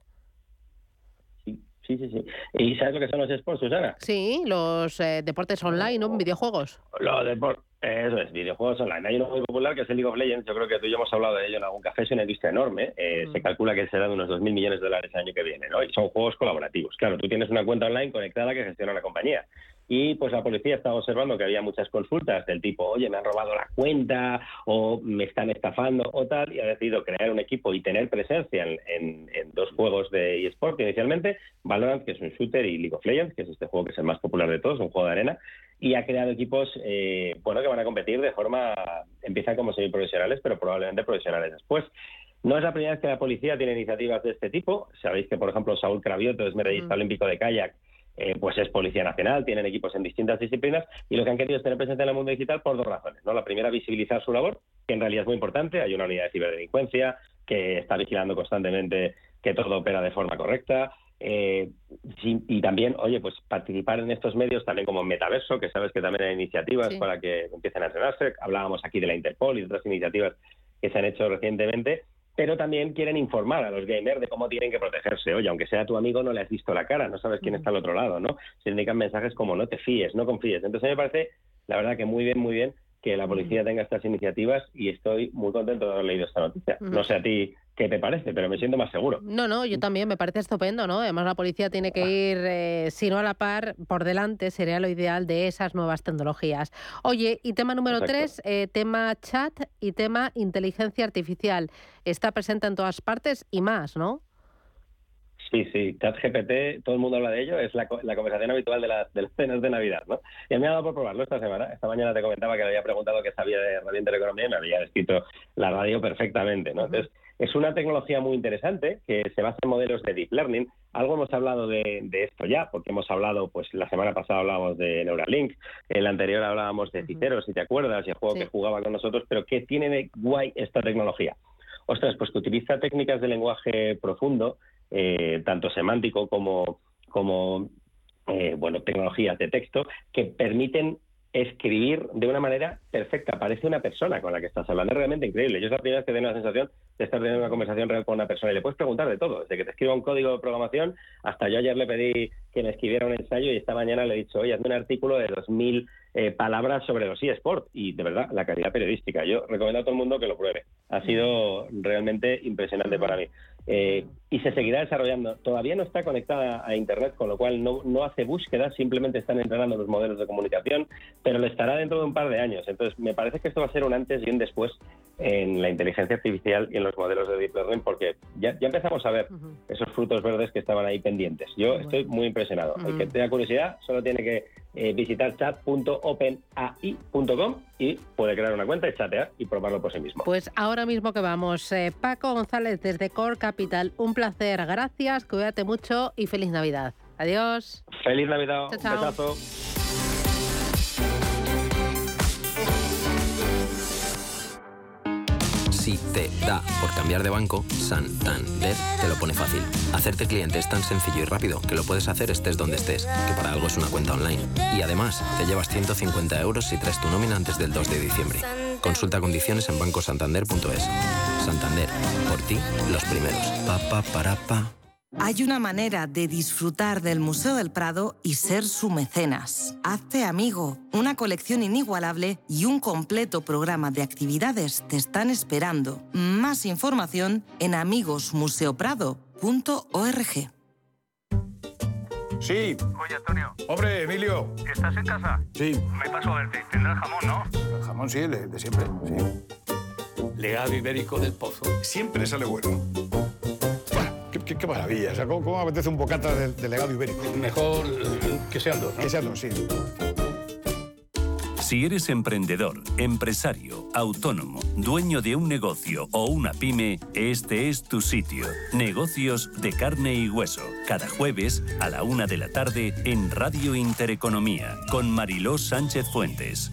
Sí. ¿Y sabes lo que son los eSports, Susana? Sí, los deportes online, ¿no? Videojuegos. Los deportes, eso es, videojuegos online. Hay uno muy popular que es el League of Legends. Yo creo que tú y yo hemos hablado de ello en algún café. Es una industria enorme. Se calcula que será de unos 2.000 millones de dólares el año que viene, ¿no? Y son juegos colaborativos. Claro, tú tienes una cuenta online conectada que gestiona la compañía. Y pues la policía estaba observando que había muchas consultas del tipo, oye, me han robado la cuenta o me están estafando o tal, y ha decidido crear un equipo y tener presencia en dos juegos de eSport inicialmente, Valorant, que es un shooter, y League of Legends, que es este juego que es el más popular de todos, un juego de arena, y ha creado equipos que van a competir de forma, empiezan como semiprofesionales, pero probablemente profesionales después. No es la primera vez que la policía tiene iniciativas de este tipo. Sabéis que, por ejemplo, Saúl Cravioto es medallista olímpico de kayak, pues es Policía Nacional, tienen equipos en distintas disciplinas y lo que han querido es tener presencia en el mundo digital por dos razones, ¿no? La primera, visibilizar su labor, que en realidad es muy importante. Hay una unidad de ciberdelincuencia que está vigilando constantemente que todo opera de forma correcta. Y también, oye, pues participar en estos medios también como en Metaverso, que sabes que también hay iniciativas para que empiecen a entrenarse. Hablábamos aquí de la Interpol y de otras iniciativas que se han hecho recientemente. Pero también quieren informar a los gamers de cómo tienen que protegerse. Oye, aunque sea tu amigo, no le has visto la cara, no sabes quién está al otro lado, ¿no? Se indican mensajes como no te fíes, no confíes. Entonces me parece, la verdad, que muy bien que la policía tenga estas iniciativas y estoy muy contento de haber leído esta noticia. No sé a ti qué te parece, pero me siento más seguro. No, yo también, me parece estupendo, ¿no? Además la policía tiene que ir, si no a la par, por delante, sería lo ideal de esas nuevas tecnologías. Oye, y tema número 3, tema chat y tema inteligencia artificial. Está presente en todas partes y más, ¿no? Sí, ChatGPT, todo el mundo habla de ello, es la conversación habitual de las cenas de Navidad, ¿no? Y me ha dado por probarlo esta semana. Esta mañana te comentaba que le había preguntado qué sabía de Radio Intereconomía y me había descrito la radio perfectamente, ¿no? Entonces, es una tecnología muy interesante que se basa en modelos de Deep Learning. Algo hemos hablado de esto ya, porque hemos hablado, pues la semana pasada hablábamos de Neuralink, en la anterior hablábamos de Cicero, si te acuerdas, y el juego que jugaba con nosotros, pero ¿qué tiene de guay esta tecnología? Ostras, pues que utiliza técnicas de lenguaje profundo, tanto semántico como tecnologías de texto que permiten escribir de una manera perfecta. Parece una persona con la que estás hablando. Es realmente increíble. Yo es la primera vez que tengo la sensación de estar teniendo una conversación real con una persona y le puedes preguntar de todo, desde que te escriba un código de programación hasta yo ayer le pedí que me escribiera un ensayo y esta mañana le he dicho, oye, hazme un artículo de 2000 palabras sobre los eSports y de verdad la calidad periodística. Yo recomiendo a todo el mundo que lo pruebe. Ha sido realmente impresionante para mí. Y se seguirá desarrollando. Todavía no está conectada a Internet, con lo cual no hace búsquedas, simplemente están entrenando los modelos de comunicación, pero lo estará dentro de un par de años. Entonces, me parece que esto va a ser un antes y un después en la inteligencia artificial y en los modelos de Deep Learning, porque ya empezamos a ver esos frutos verdes que estaban ahí pendientes. Yo estoy muy impresionado. El que tenga curiosidad solo tiene que visitar chat.openai.com y puede crear una cuenta y chatear y probarlo por sí mismo. Pues ahora mismo que vamos. Paco González desde Core Capital, un placer, gracias, cuídate mucho y feliz Navidad. Adiós. Feliz Navidad, chao, chao. Un besazo. Si te da por cambiar de banco, Santander te lo pone fácil. Hacerte cliente es tan sencillo y rápido que lo puedes hacer estés donde estés, que para algo es una cuenta online. Y además, te llevas 150 euros si traes tu nómina antes del 2 de diciembre. Consulta condiciones en bancosantander.es. Santander, por ti, los primeros. Pa. Hay una manera de disfrutar del Museo del Prado y ser su mecenas. Hazte amigo. Una colección inigualable y un completo programa de actividades te están esperando. Más información en amigosmuseoprado.org. Sí. Oye, Antonio. Hombre, Emilio. ¿Estás en casa? Sí. Me paso a verte. Tendrás jamón, ¿no? El jamón sí, de siempre, sí. Legado ibérico del Pozo. Siempre sale bueno. Qué maravilla. O sea, ¿cómo me apetece un bocata de legado ibérico? Mejor que sean dos, ¿no? Que sean dos, sí. Si eres emprendedor, empresario, autónomo, dueño de un negocio o una pyme, este es tu sitio. Negocios de carne y hueso. Cada jueves a la 1 de la tarde en Radio Intereconomía con Mariló Sánchez Fuentes.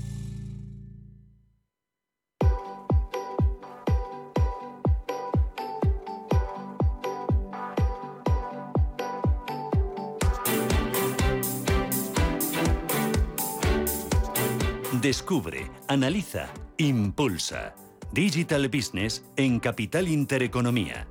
Descubre, analiza, impulsa. Digital Business en Capital Intereconomía.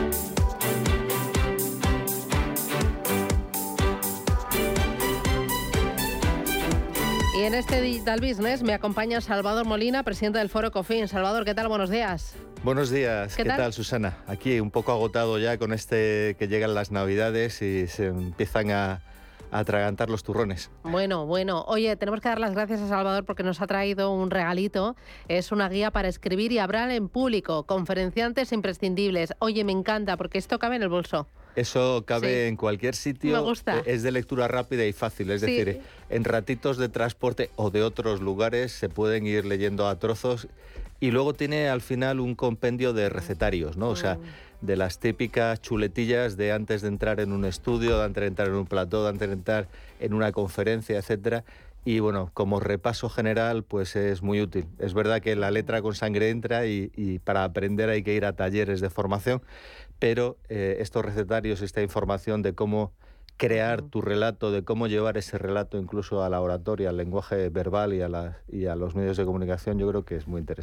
Y en este Digital Business me acompaña Salvador Molina, presidente del Foro Ecofin. Salvador, ¿qué tal? Buenos días. Buenos días, ¿qué tal, Susana? Aquí un poco agotado ya con que llegan las Navidades y se empiezan a atragantar los turrones. Bueno. Oye, tenemos que dar las gracias a Salvador porque nos ha traído un regalito. Es una guía para escribir y hablar en público. Conferenciantes imprescindibles. Oye, me encanta porque esto cabe en el bolso. Eso cabe en cualquier sitio. Me gusta. Es de lectura rápida y fácil. Es decir, en ratitos de transporte o de otros lugares se pueden ir leyendo a trozos. Y luego tiene al final un compendio de recetarios, ¿no? O sea, de las típicas chuletillas de antes de entrar en un estudio, de antes de entrar en un plató, de antes de entrar en una conferencia, etcétera. Y bueno, como repaso general, pues es muy útil. Es verdad que la letra con sangre entra y para aprender hay que ir a talleres de formación, pero estos recetarios, esta información de cómo crear tu relato, de cómo llevar ese relato incluso a la oratoria, al lenguaje verbal y a los medios de comunicación, yo creo que es muy interesante.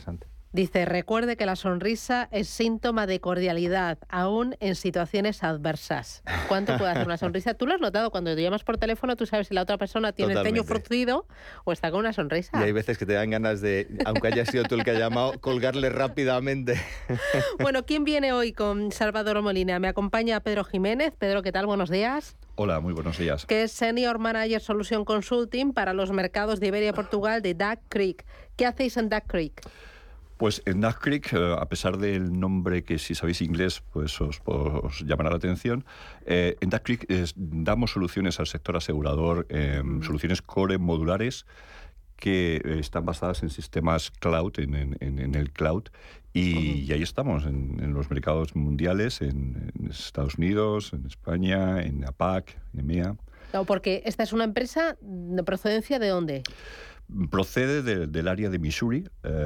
Dice, recuerde que la sonrisa es síntoma de cordialidad, aún en situaciones adversas. ¿Cuánto puede hacer una sonrisa? Tú lo has notado, cuando te llamas por teléfono, tú sabes si la otra persona tiene el ceño fruncido o está con una sonrisa. Y hay veces que te dan ganas de, aunque haya sido tú el que ha llamado, colgarle rápidamente. Bueno, ¿quién viene hoy con Salvador Molina? Me acompaña Pedro Jiménez. Pedro, ¿qué tal? Buenos días. Hola, muy buenos días. Que es Senior Manager Solution Consulting para los mercados de Iberia y Portugal de Duck Creek. ¿Qué hacéis en Duck Creek? Pues en Duck Creek, a pesar del nombre que si sabéis inglés pues os llamará la atención, en Duck Creek damos soluciones al sector asegurador, soluciones core modulares que están basadas en sistemas cloud, en el cloud, y ahí estamos, en los mercados mundiales, en Estados Unidos, en España, en APAC, en EMEA. No, porque esta es una empresa de procedencia ¿de dónde? Procede del área de Missouri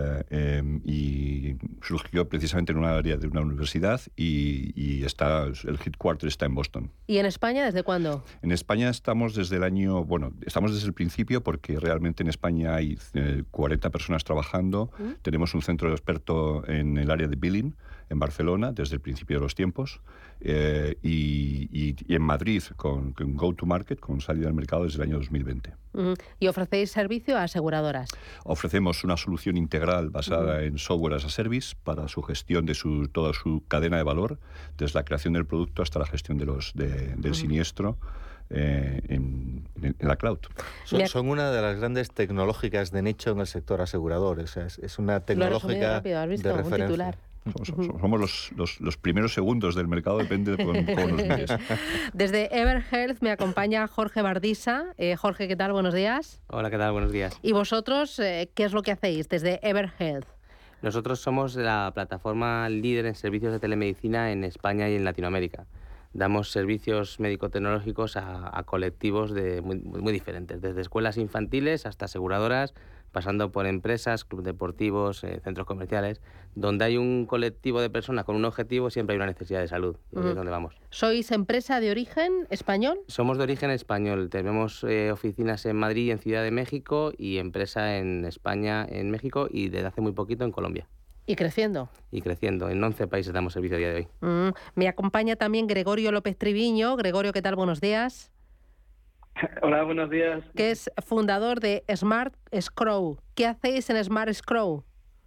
y surgió precisamente en un área de una universidad y el headquarter está en Boston. ¿Y en España desde cuándo? En España estamos desde el principio porque realmente en España hay 40 personas trabajando. Tenemos un centro experto en el área de billing en Barcelona desde el principio de los tiempos y en Madrid con Go to Market, con salida al mercado desde el año 2020. ¿Y ofrecéis servicio a aseguradoras? Ofrecemos una solución integral basada en software as a service para su gestión de toda su cadena de valor, desde la creación del producto hasta la gestión del siniestro. En la cloud. Son una de las grandes tecnológicas de nicho en el sector asegurador. O sea, es una tecnológica ¿has visto? de referencia. Un titular. Somos los primeros segundos del mercado, depende de cómo nos mires. Desde EverHealth me acompaña Jorge Bardisa. Jorge, ¿qué tal? Buenos días. Hola, ¿qué tal? Buenos días. ¿Y vosotros qué es lo que hacéis desde EverHealth? Nosotros somos la plataforma líder en servicios de telemedicina en España y en Latinoamérica. Damos servicios médico-tecnológicos a colectivos muy diferentes, desde escuelas infantiles hasta aseguradoras, pasando por empresas, clubes deportivos, centros comerciales. Donde hay un colectivo de personas con un objetivo, siempre hay una necesidad de salud. Y es donde vamos. ¿Sois empresa de origen español? Somos de origen español. Tenemos oficinas en Madrid y en Ciudad de México y empresa en España, en México y desde hace muy poquito en Colombia. ¿Y creciendo? Y creciendo. En 11 países damos servicio a día de hoy. Me acompaña también Gregorio López Triviño. Gregorio, ¿qué tal? Buenos días. Hola, buenos días. Que es fundador de Smart Scroll. ¿Qué hacéis en Smart Scroll?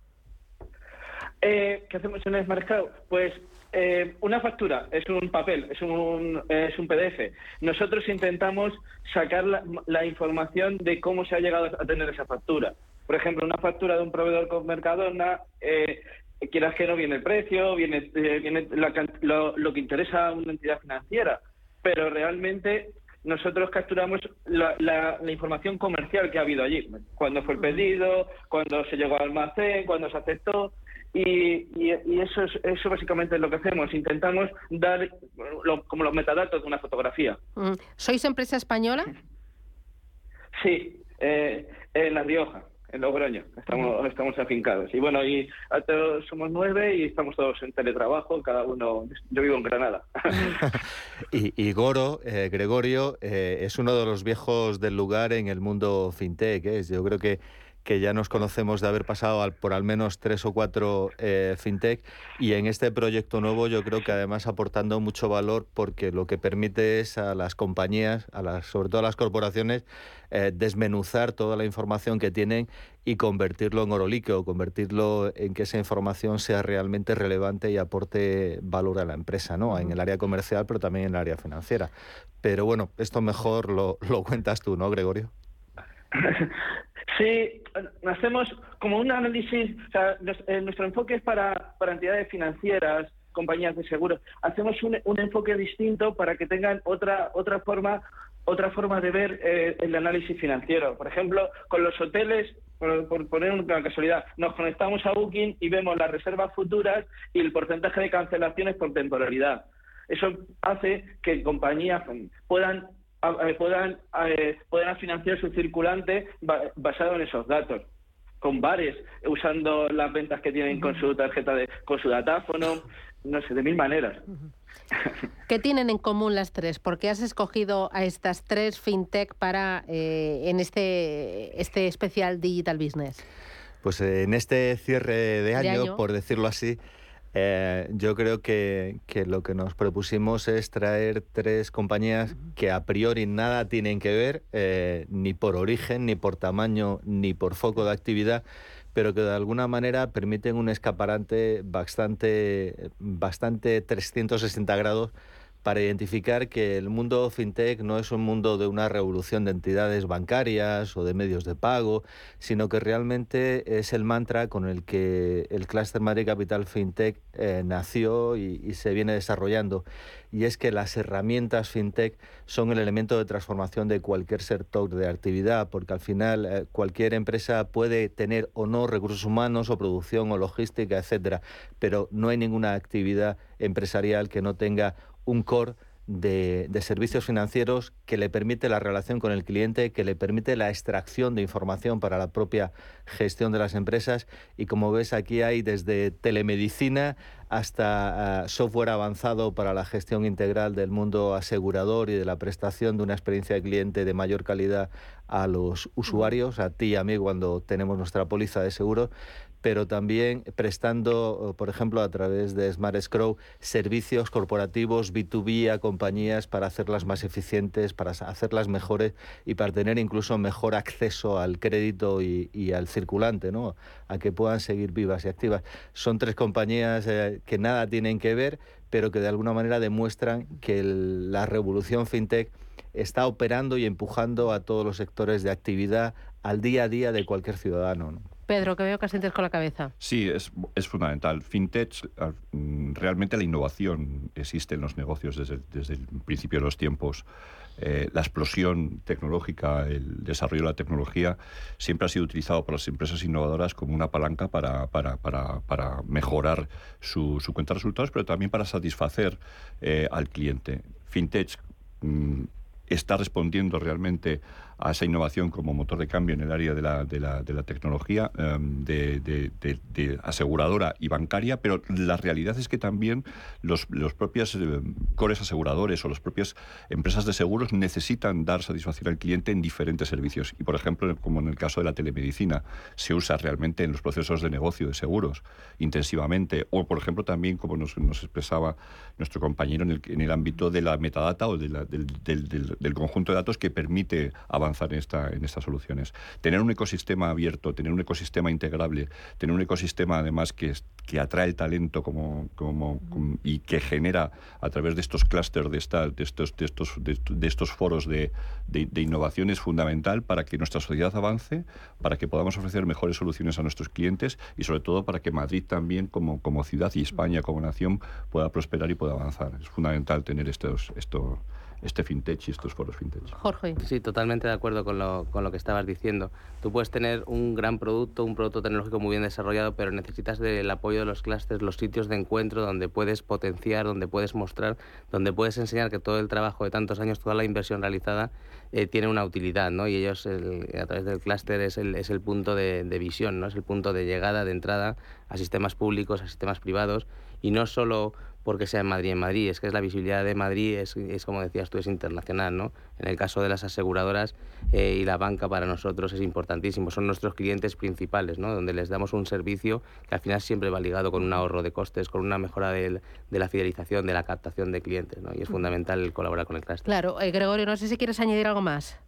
¿Qué hacemos en Smart Scroll? Pues una factura es un papel, es un PDF. Nosotros intentamos sacar la información de cómo se ha llegado a tener esa factura. Por ejemplo, una factura de un proveedor con Mercadona, quieras que no, viene el precio, viene lo que interesa a una entidad financiera, pero realmente nosotros capturamos la información comercial que ha habido allí. Cuándo fue el pedido, cuándo se llegó al almacén, cuándo se aceptó, y eso básicamente es lo que hacemos. Intentamos dar como los metadatos de una fotografía. ¿Sois empresa española? Sí, en La Rioja. En Logroño, estamos afincados. Y bueno, somos 9 y estamos todos en teletrabajo, cada uno. Yo vivo en Granada. y Gregorio, es uno de los viejos del lugar en el mundo fintech. Yo creo que ya nos conocemos de haber pasado por al menos 3 o 4 fintech, y en este proyecto nuevo yo creo que además aportando mucho valor, porque lo que permite es a las compañías, sobre todo a las corporaciones, desmenuzar toda la información que tienen y convertirlo en oro líquido, convertirlo en que esa información sea realmente relevante y aporte valor a la empresa, ¿no? En el área comercial, pero también en el área financiera. Pero bueno, esto mejor lo cuentas tú, ¿no, Gregorio? Sí, hacemos como un análisis, o sea, nuestro enfoque es para entidades financieras, compañías de seguros. Hacemos un enfoque distinto para que tengan otra forma de ver el análisis financiero. Por ejemplo, con los hoteles, por poner una casualidad, nos conectamos a Booking y vemos las reservas futuras y el porcentaje de cancelaciones por temporalidad. Eso hace que compañías puedan financiar su circulante basado en esos datos, con bares usando las ventas que tienen con su tarjeta con su datáfono, no sé, de mil maneras. ¿Qué tienen en común las tres? ¿Por qué has escogido a estas 3 fintech para en este especial Digital Business? Pues en este cierre de año, por decirlo así, yo creo que lo que nos propusimos es traer 3 compañías que a priori nada tienen que ver, ni por origen, ni por tamaño, ni por foco de actividad, pero que de alguna manera permiten un escaparate bastante 360 grados para identificar que el mundo fintech no es un mundo de una revolución de entidades bancarias o de medios de pago, sino que realmente es el mantra con el que el Clúster Madrid Capital Fintech nació y se viene desarrollando. Y es que las herramientas fintech son el elemento de transformación de cualquier sector de actividad, porque al final cualquier empresa puede tener o no recursos humanos o producción o logística, etcétera, pero no hay ninguna actividad empresarial que no tenga un core de servicios financieros que le permite la relación con el cliente, que le permite la extracción de información para la propia gestión de las empresas. Y como ves, aquí hay desde telemedicina hasta software avanzado para la gestión integral del mundo asegurador y de la prestación de una experiencia de cliente de mayor calidad a los usuarios, a ti y a mí cuando tenemos nuestra póliza de seguro, pero también prestando, por ejemplo, a través de Smart Scroll, servicios corporativos B2B a compañías para hacerlas más eficientes, para hacerlas mejores y para tener incluso mejor acceso al crédito y al circulante, ¿no? A que puedan seguir vivas y activas. Son 3 compañías que nada tienen que ver, pero que de alguna manera demuestran que la revolución fintech está operando y empujando a todos los sectores de actividad al día a día de cualquier ciudadano, ¿no? Pedro, que veo que asientes con la cabeza. Sí, es fundamental. Fintech, realmente la innovación existe en los negocios desde el principio de los tiempos. La explosión tecnológica, el desarrollo de la tecnología siempre ha sido utilizado por las empresas innovadoras como una palanca para mejorar su cuenta de resultados, pero también para satisfacer al cliente. Fintech está respondiendo realmente a esa innovación como motor de cambio en el área de la tecnología, de aseguradora y bancaria, pero la realidad es que también los propios cores aseguradores o las propias empresas de seguros necesitan dar satisfacción al cliente en diferentes servicios. Y, por ejemplo, como en el caso de la telemedicina, se usa realmente en los procesos de negocio de seguros intensivamente. O, por ejemplo, también, como nos expresaba nuestro compañero, en el ámbito de la metadata o del conjunto de datos que permite avanzar en estas soluciones. Tener un ecosistema abierto, tener un ecosistema integrable, tener un ecosistema además que atrae el talento y que genera a través de estos clústeres, de estos foros de innovación es fundamental para que nuestra sociedad avance, para que podamos ofrecer mejores soluciones a nuestros clientes y sobre todo para que Madrid también como ciudad y España como nación pueda prosperar y pueda avanzar. Es fundamental tener este fintech y estos foros fintech. Jorge. Sí, totalmente de acuerdo con lo que estabas diciendo. Tú puedes tener un gran producto, un producto tecnológico muy bien desarrollado, pero necesitas del apoyo de los clústeres, los sitios de encuentro donde puedes potenciar, donde puedes mostrar, donde puedes enseñar que todo el trabajo de tantos años, toda la inversión realizada tiene una utilidad, ¿no? Y ellos, a través del clúster, es el punto de visión, ¿no? Es el punto de llegada, de entrada a sistemas públicos, a sistemas privados, y no solo porque sea en Madrid, es que la visibilidad de Madrid es como decías tú, es internacional, ¿no? En el caso de las aseguradoras y la banca para nosotros es importantísimo, son nuestros clientes principales, ¿no? Donde les damos un servicio que al final siempre va ligado con un ahorro de costes, con una mejora de la fidelización, de la captación de clientes, ¿no? Y es fundamental colaborar con el clúster. Claro, Gregorio, no sé si quieres añadir algo más.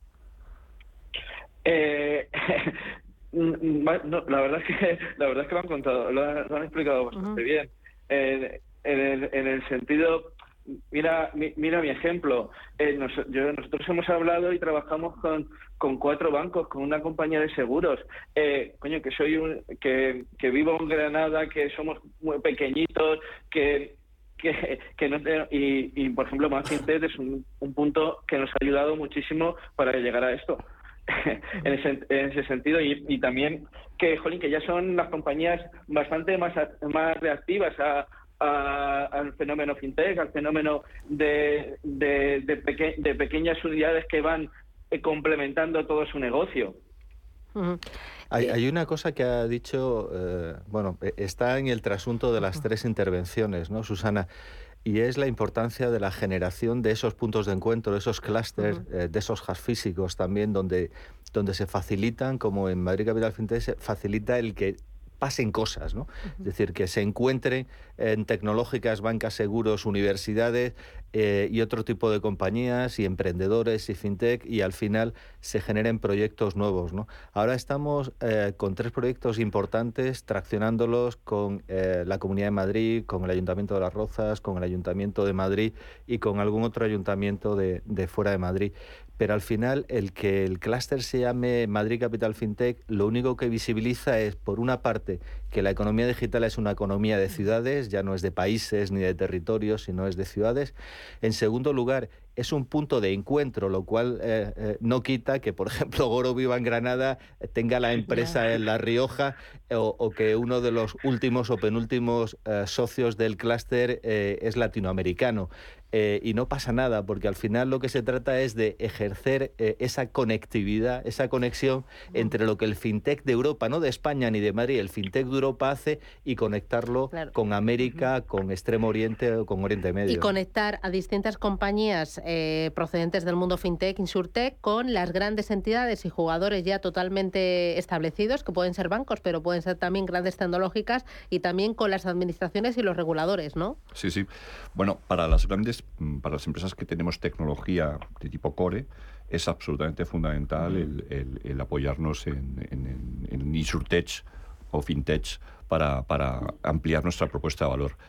No, la verdad es que lo han contado, lo han explicado bastante bien. En el sentido, mira mi ejemplo. Nosotros hemos hablado y trabajamos con 4 bancos, con una compañía de seguros. Que vivo en Granada, que somos muy pequeñitos, que no y por ejemplo, MadFintech es un punto que nos ha ayudado muchísimo para llegar a esto. En ese sentido, y también que ya son las compañías bastante más reactivas al fenómeno fintech, al fenómeno de pequeñas unidades que van complementando todo su negocio. Hay una cosa que ha dicho, está en el trasunto de las 3 intervenciones, ¿no, Susana? y es la importancia de la generación de esos puntos de encuentro, de esos clústeres, de esos hubs físicos también, donde se facilitan, como en Madrid Capital FinTech, se facilita el que pasen cosas, ¿no? Es decir, que se encuentren en tecnológicas, bancas, seguros, universidades y otro tipo de compañías y emprendedores y fintech, y al final se generen proyectos nuevos, ¿no? Ahora estamos con 3 proyectos importantes, traccionándolos con la Comunidad de Madrid, con el Ayuntamiento de Las Rozas, con el Ayuntamiento de Madrid y con algún otro ayuntamiento de fuera de Madrid. Pero al final, el que el clúster se llame Madrid Capital FinTech, lo único que visibiliza es, por una parte, que la economía digital es una economía de ciudades, ya no es de países ni de territorios, sino es de ciudades. En segundo lugar, es un punto de encuentro, lo cual no quita que, por ejemplo, Goro viva en Granada, tenga la empresa en La Rioja, o que uno de los últimos o penúltimos socios del clúster es latinoamericano. Y no pasa nada, porque al final lo que se trata es de ejercer esa conectividad, esa conexión entre lo que el fintech de Europa, no de España ni de Madrid, el fintech de Europa hace, y conectarlo con América, con Extremo Oriente o con Oriente Medio. Y conectar a distintas compañías procedentes del mundo fintech, insurtech, con las grandes entidades y jugadores ya totalmente establecidos, que pueden ser bancos, pero pueden ser también grandes tecnológicas, y también con las administraciones y los reguladores, ¿no? Sí, sí. Bueno, para las empresas que tenemos tecnología de tipo core, es absolutamente fundamental el apoyarnos en insurtech o fintech para ampliar nuestra propuesta de valor.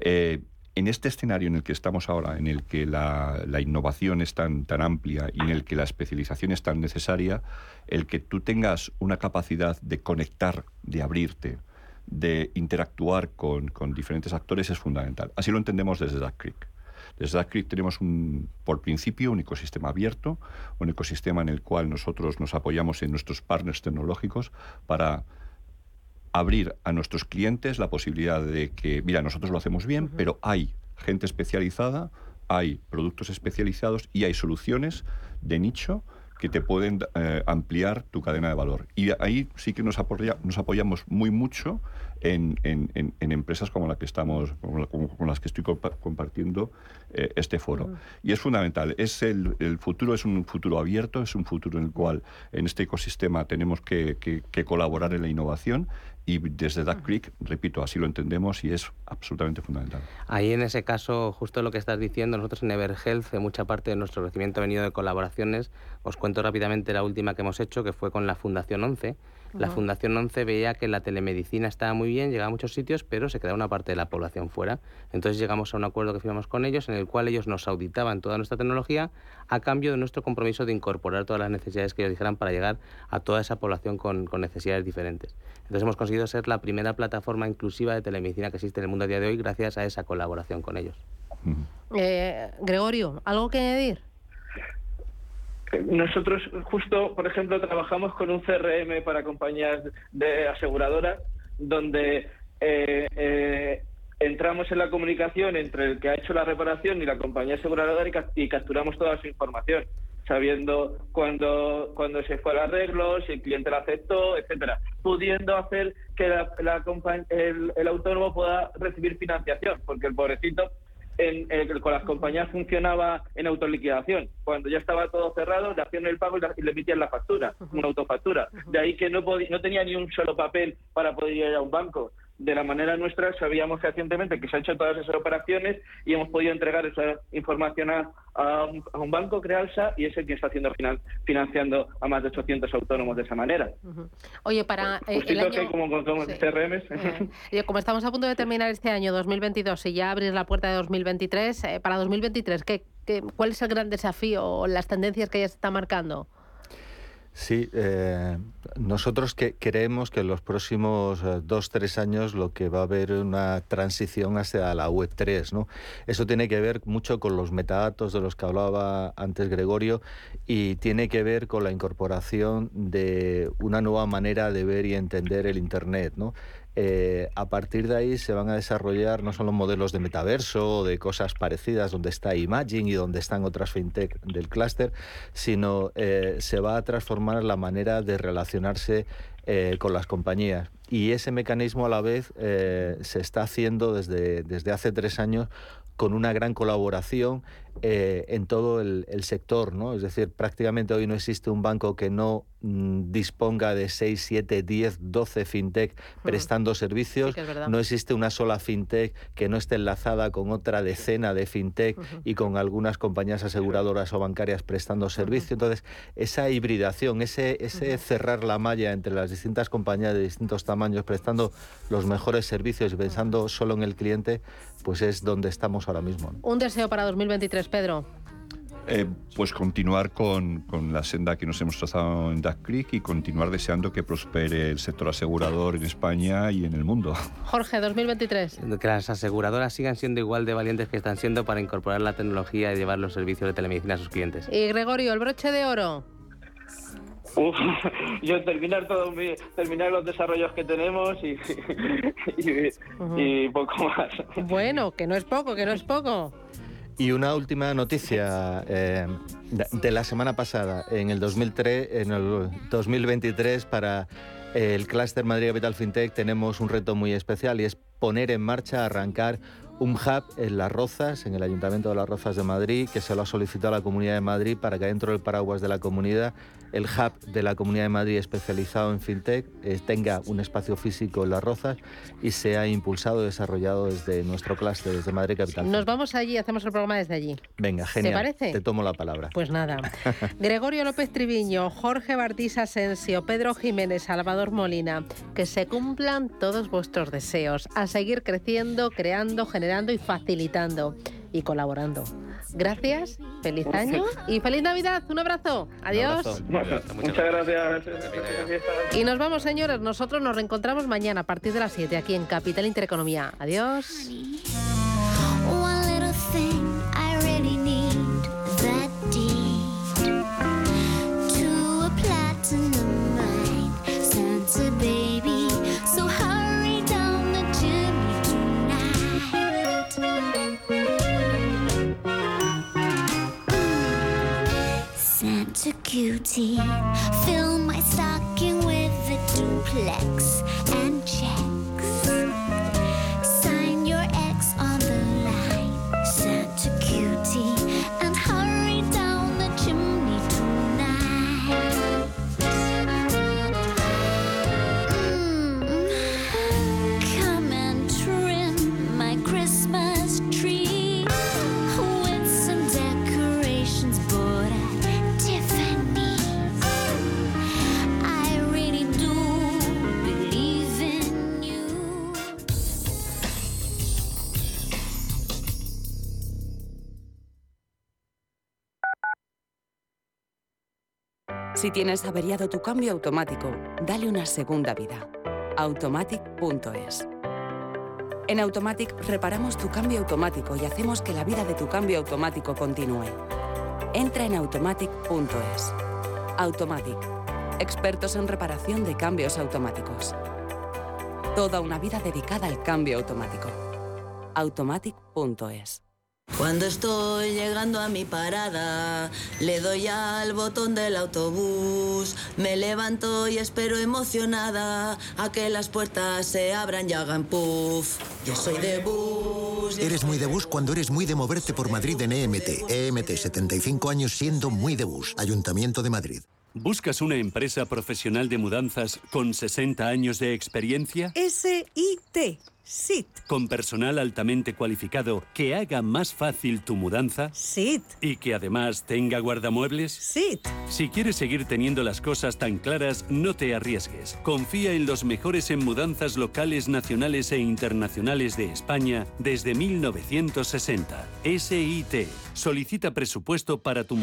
En este escenario en el que estamos ahora, en el que la innovación es tan amplia y en el que la especialización es tan necesaria, el que tú tengas una capacidad de conectar, de abrirte, de interactuar con diferentes actores es fundamental. Así lo entendemos desde Duck Creek. Desde Duck Creek tenemos por principio un ecosistema abierto, un ecosistema en el cual nosotros nos apoyamos en nuestros partners tecnológicos para abrir a nuestros clientes la posibilidad de que, mira, nosotros lo hacemos bien, pero hay gente especializada, hay productos especializados y hay soluciones de nicho que te pueden ampliar tu cadena de valor. Y ahí sí que nos apoyamos muy mucho en empresas como la que estamos, con las que estoy compartiendo este foro. Y es fundamental. El futuro es un futuro abierto, es un futuro en el cual en este ecosistema tenemos que colaborar en la innovación. Y desde Duck Creek, repito, así lo entendemos y es absolutamente fundamental. Ahí en ese caso, justo lo que estás diciendo, nosotros en EverHealth, mucha parte de nuestro crecimiento ha venido de colaboraciones. Os cuento rápidamente la última que hemos hecho, que fue con la Fundación 11. La Fundación 11 veía que la telemedicina estaba muy bien, llegaba a muchos sitios, pero se quedaba una parte de la población fuera. Entonces llegamos a un acuerdo que firmamos con ellos, en el cual ellos nos auditaban toda nuestra tecnología a cambio de nuestro compromiso de incorporar todas las necesidades que ellos dijeran para llegar a toda esa población con necesidades diferentes. Entonces hemos conseguido ser la primera plataforma inclusiva de telemedicina que existe en el mundo a día de hoy gracias a esa colaboración con ellos. Gregorio, ¿algo que añadir? Nosotros justo, por ejemplo, trabajamos con un CRM para compañías de aseguradoras, donde entramos en la comunicación entre el que ha hecho la reparación y la compañía aseguradora y capturamos toda su información, sabiendo cuándo se fue al arreglo, si el cliente la aceptó, etcétera, pudiendo hacer que el autónomo pueda recibir financiación, porque el pobrecito con las compañías funcionaba en autoliquidación. Cuando ya estaba todo cerrado, le hacían el pago y le emitían la factura, una autofactura. De ahí que no tenía ni un solo papel para poder ir a un banco. De la manera nuestra, sabíamos fehacientemente que se han hecho todas esas operaciones y hemos podido entregar esa información a un banco, Crealsa, y es el que está financiando a más de 800 autónomos de esa manera. Oye, para el año... que como CRMs. Como estamos a punto de terminar este año 2022 y ya abrir la puerta de 2023, para 2023, ¿cuál es el gran desafío o las tendencias que ya se está marcando? Sí, nosotros creemos que en los próximos 2-3 años lo que va a haber una transición hacia la Web3, ¿no? Eso tiene que ver mucho con los metadatos de los que hablaba antes Gregorio y tiene que ver con la incorporación de una nueva manera de ver y entender el Internet, ¿no? A partir de ahí se van a desarrollar no solo modelos de metaverso o de cosas parecidas donde está Imagine y donde están otras fintech del clúster, sino se va a transformar la manera de relacionarse con las compañías. Y ese mecanismo a la vez se está haciendo desde hace 3 años con una gran colaboración en todo el sector, ¿no? Es decir, prácticamente hoy no existe un banco que no disponga de 6, 7, 10, 12 fintech prestando servicios. Sí, no existe una sola fintech que no esté enlazada con otra decena de fintech y con algunas compañías aseguradoras o bancarias prestando servicio. Entonces, esa hibridación, ese cerrar la malla entre las distintas compañías de distintos tamaños, prestando los mejores servicios y pensando solo en el cliente, pues es donde estamos ahora mismo, ¿no? Un deseo para 2023, Pedro. Pues continuar con la senda que nos hemos trazado en Duck Creek y continuar deseando que prospere el sector asegurador en España y en el mundo. Jorge, 2023. Que las aseguradoras sigan siendo igual de valientes que están siendo para incorporar la tecnología y llevar los servicios de telemedicina a sus clientes. Y Gregorio, el broche de oro. Yo terminar los desarrollos que tenemos y poco más. Bueno, que no es poco. Y una última noticia de la semana pasada, en el 2023 para el Clúster Madrid Capital Fintech tenemos un reto muy especial y es poner en marcha, arrancar un hub en Las Rozas, en el Ayuntamiento de Las Rozas de Madrid, que se lo ha solicitado a la Comunidad de Madrid para que dentro del paraguas de la comunidad, el hub de la Comunidad de Madrid especializado en fintech tenga un espacio físico en Las Rozas y sea impulsado y desarrollado desde nuestro clúster, desde Madrid Capital. Nos vamos allí, hacemos el programa desde allí. Venga, genial. ¿Te parece? Te tomo la palabra. Pues nada. Gregorio López Triviño, Jorge Bartís Asensio, Pedro Jiménez, Salvador Molina, que se cumplan todos vuestros deseos, a seguir creciendo, creando, generando y facilitando y colaborando. Gracias, feliz año y feliz Navidad. Un abrazo. Adiós. Muchas gracias. Y nos vamos, señores. Nosotros nos reencontramos mañana a partir de las 7 aquí en Capital Intereconomía. Adiós. Santa cutie, fill my stocking with a duplex and checks. Sign your ex on the line, Santa cutie, and hurry down the chimney tonight. Come and trim my Christmas tree with some decorations bought at Tiffany's. I really do believe in you. Si tienes averiado tu cambio automático, dale una segunda vida. Automatic.es. En Automatic reparamos tu cambio automático y hacemos que la vida de tu cambio automático continúe. Entra en Automatic.es. Automatic. Expertos en reparación de cambios automáticos. Toda una vida dedicada al cambio automático. Automatic.es. Cuando estoy llegando a mi parada, le doy al botón del autobús, me levanto y espero emocionada a que las puertas se abran y hagan puff. Yo soy de bus. Eres muy de bus cuando eres muy de moverte por Madrid en EMT. EMT, 75 años siendo muy de bus. Ayuntamiento de Madrid. ¿Buscas una empresa profesional de mudanzas con 60 años de experiencia? SIT. SIT. ¿Con personal altamente cualificado que haga más fácil tu mudanza? SIT. ¿Y que además tenga guardamuebles? SIT. Si quieres seguir teniendo las cosas tan claras, no te arriesgues. Confía en los mejores en mudanzas locales, nacionales e internacionales de España desde 1960. SIT. Solicita presupuesto para tu mudanza.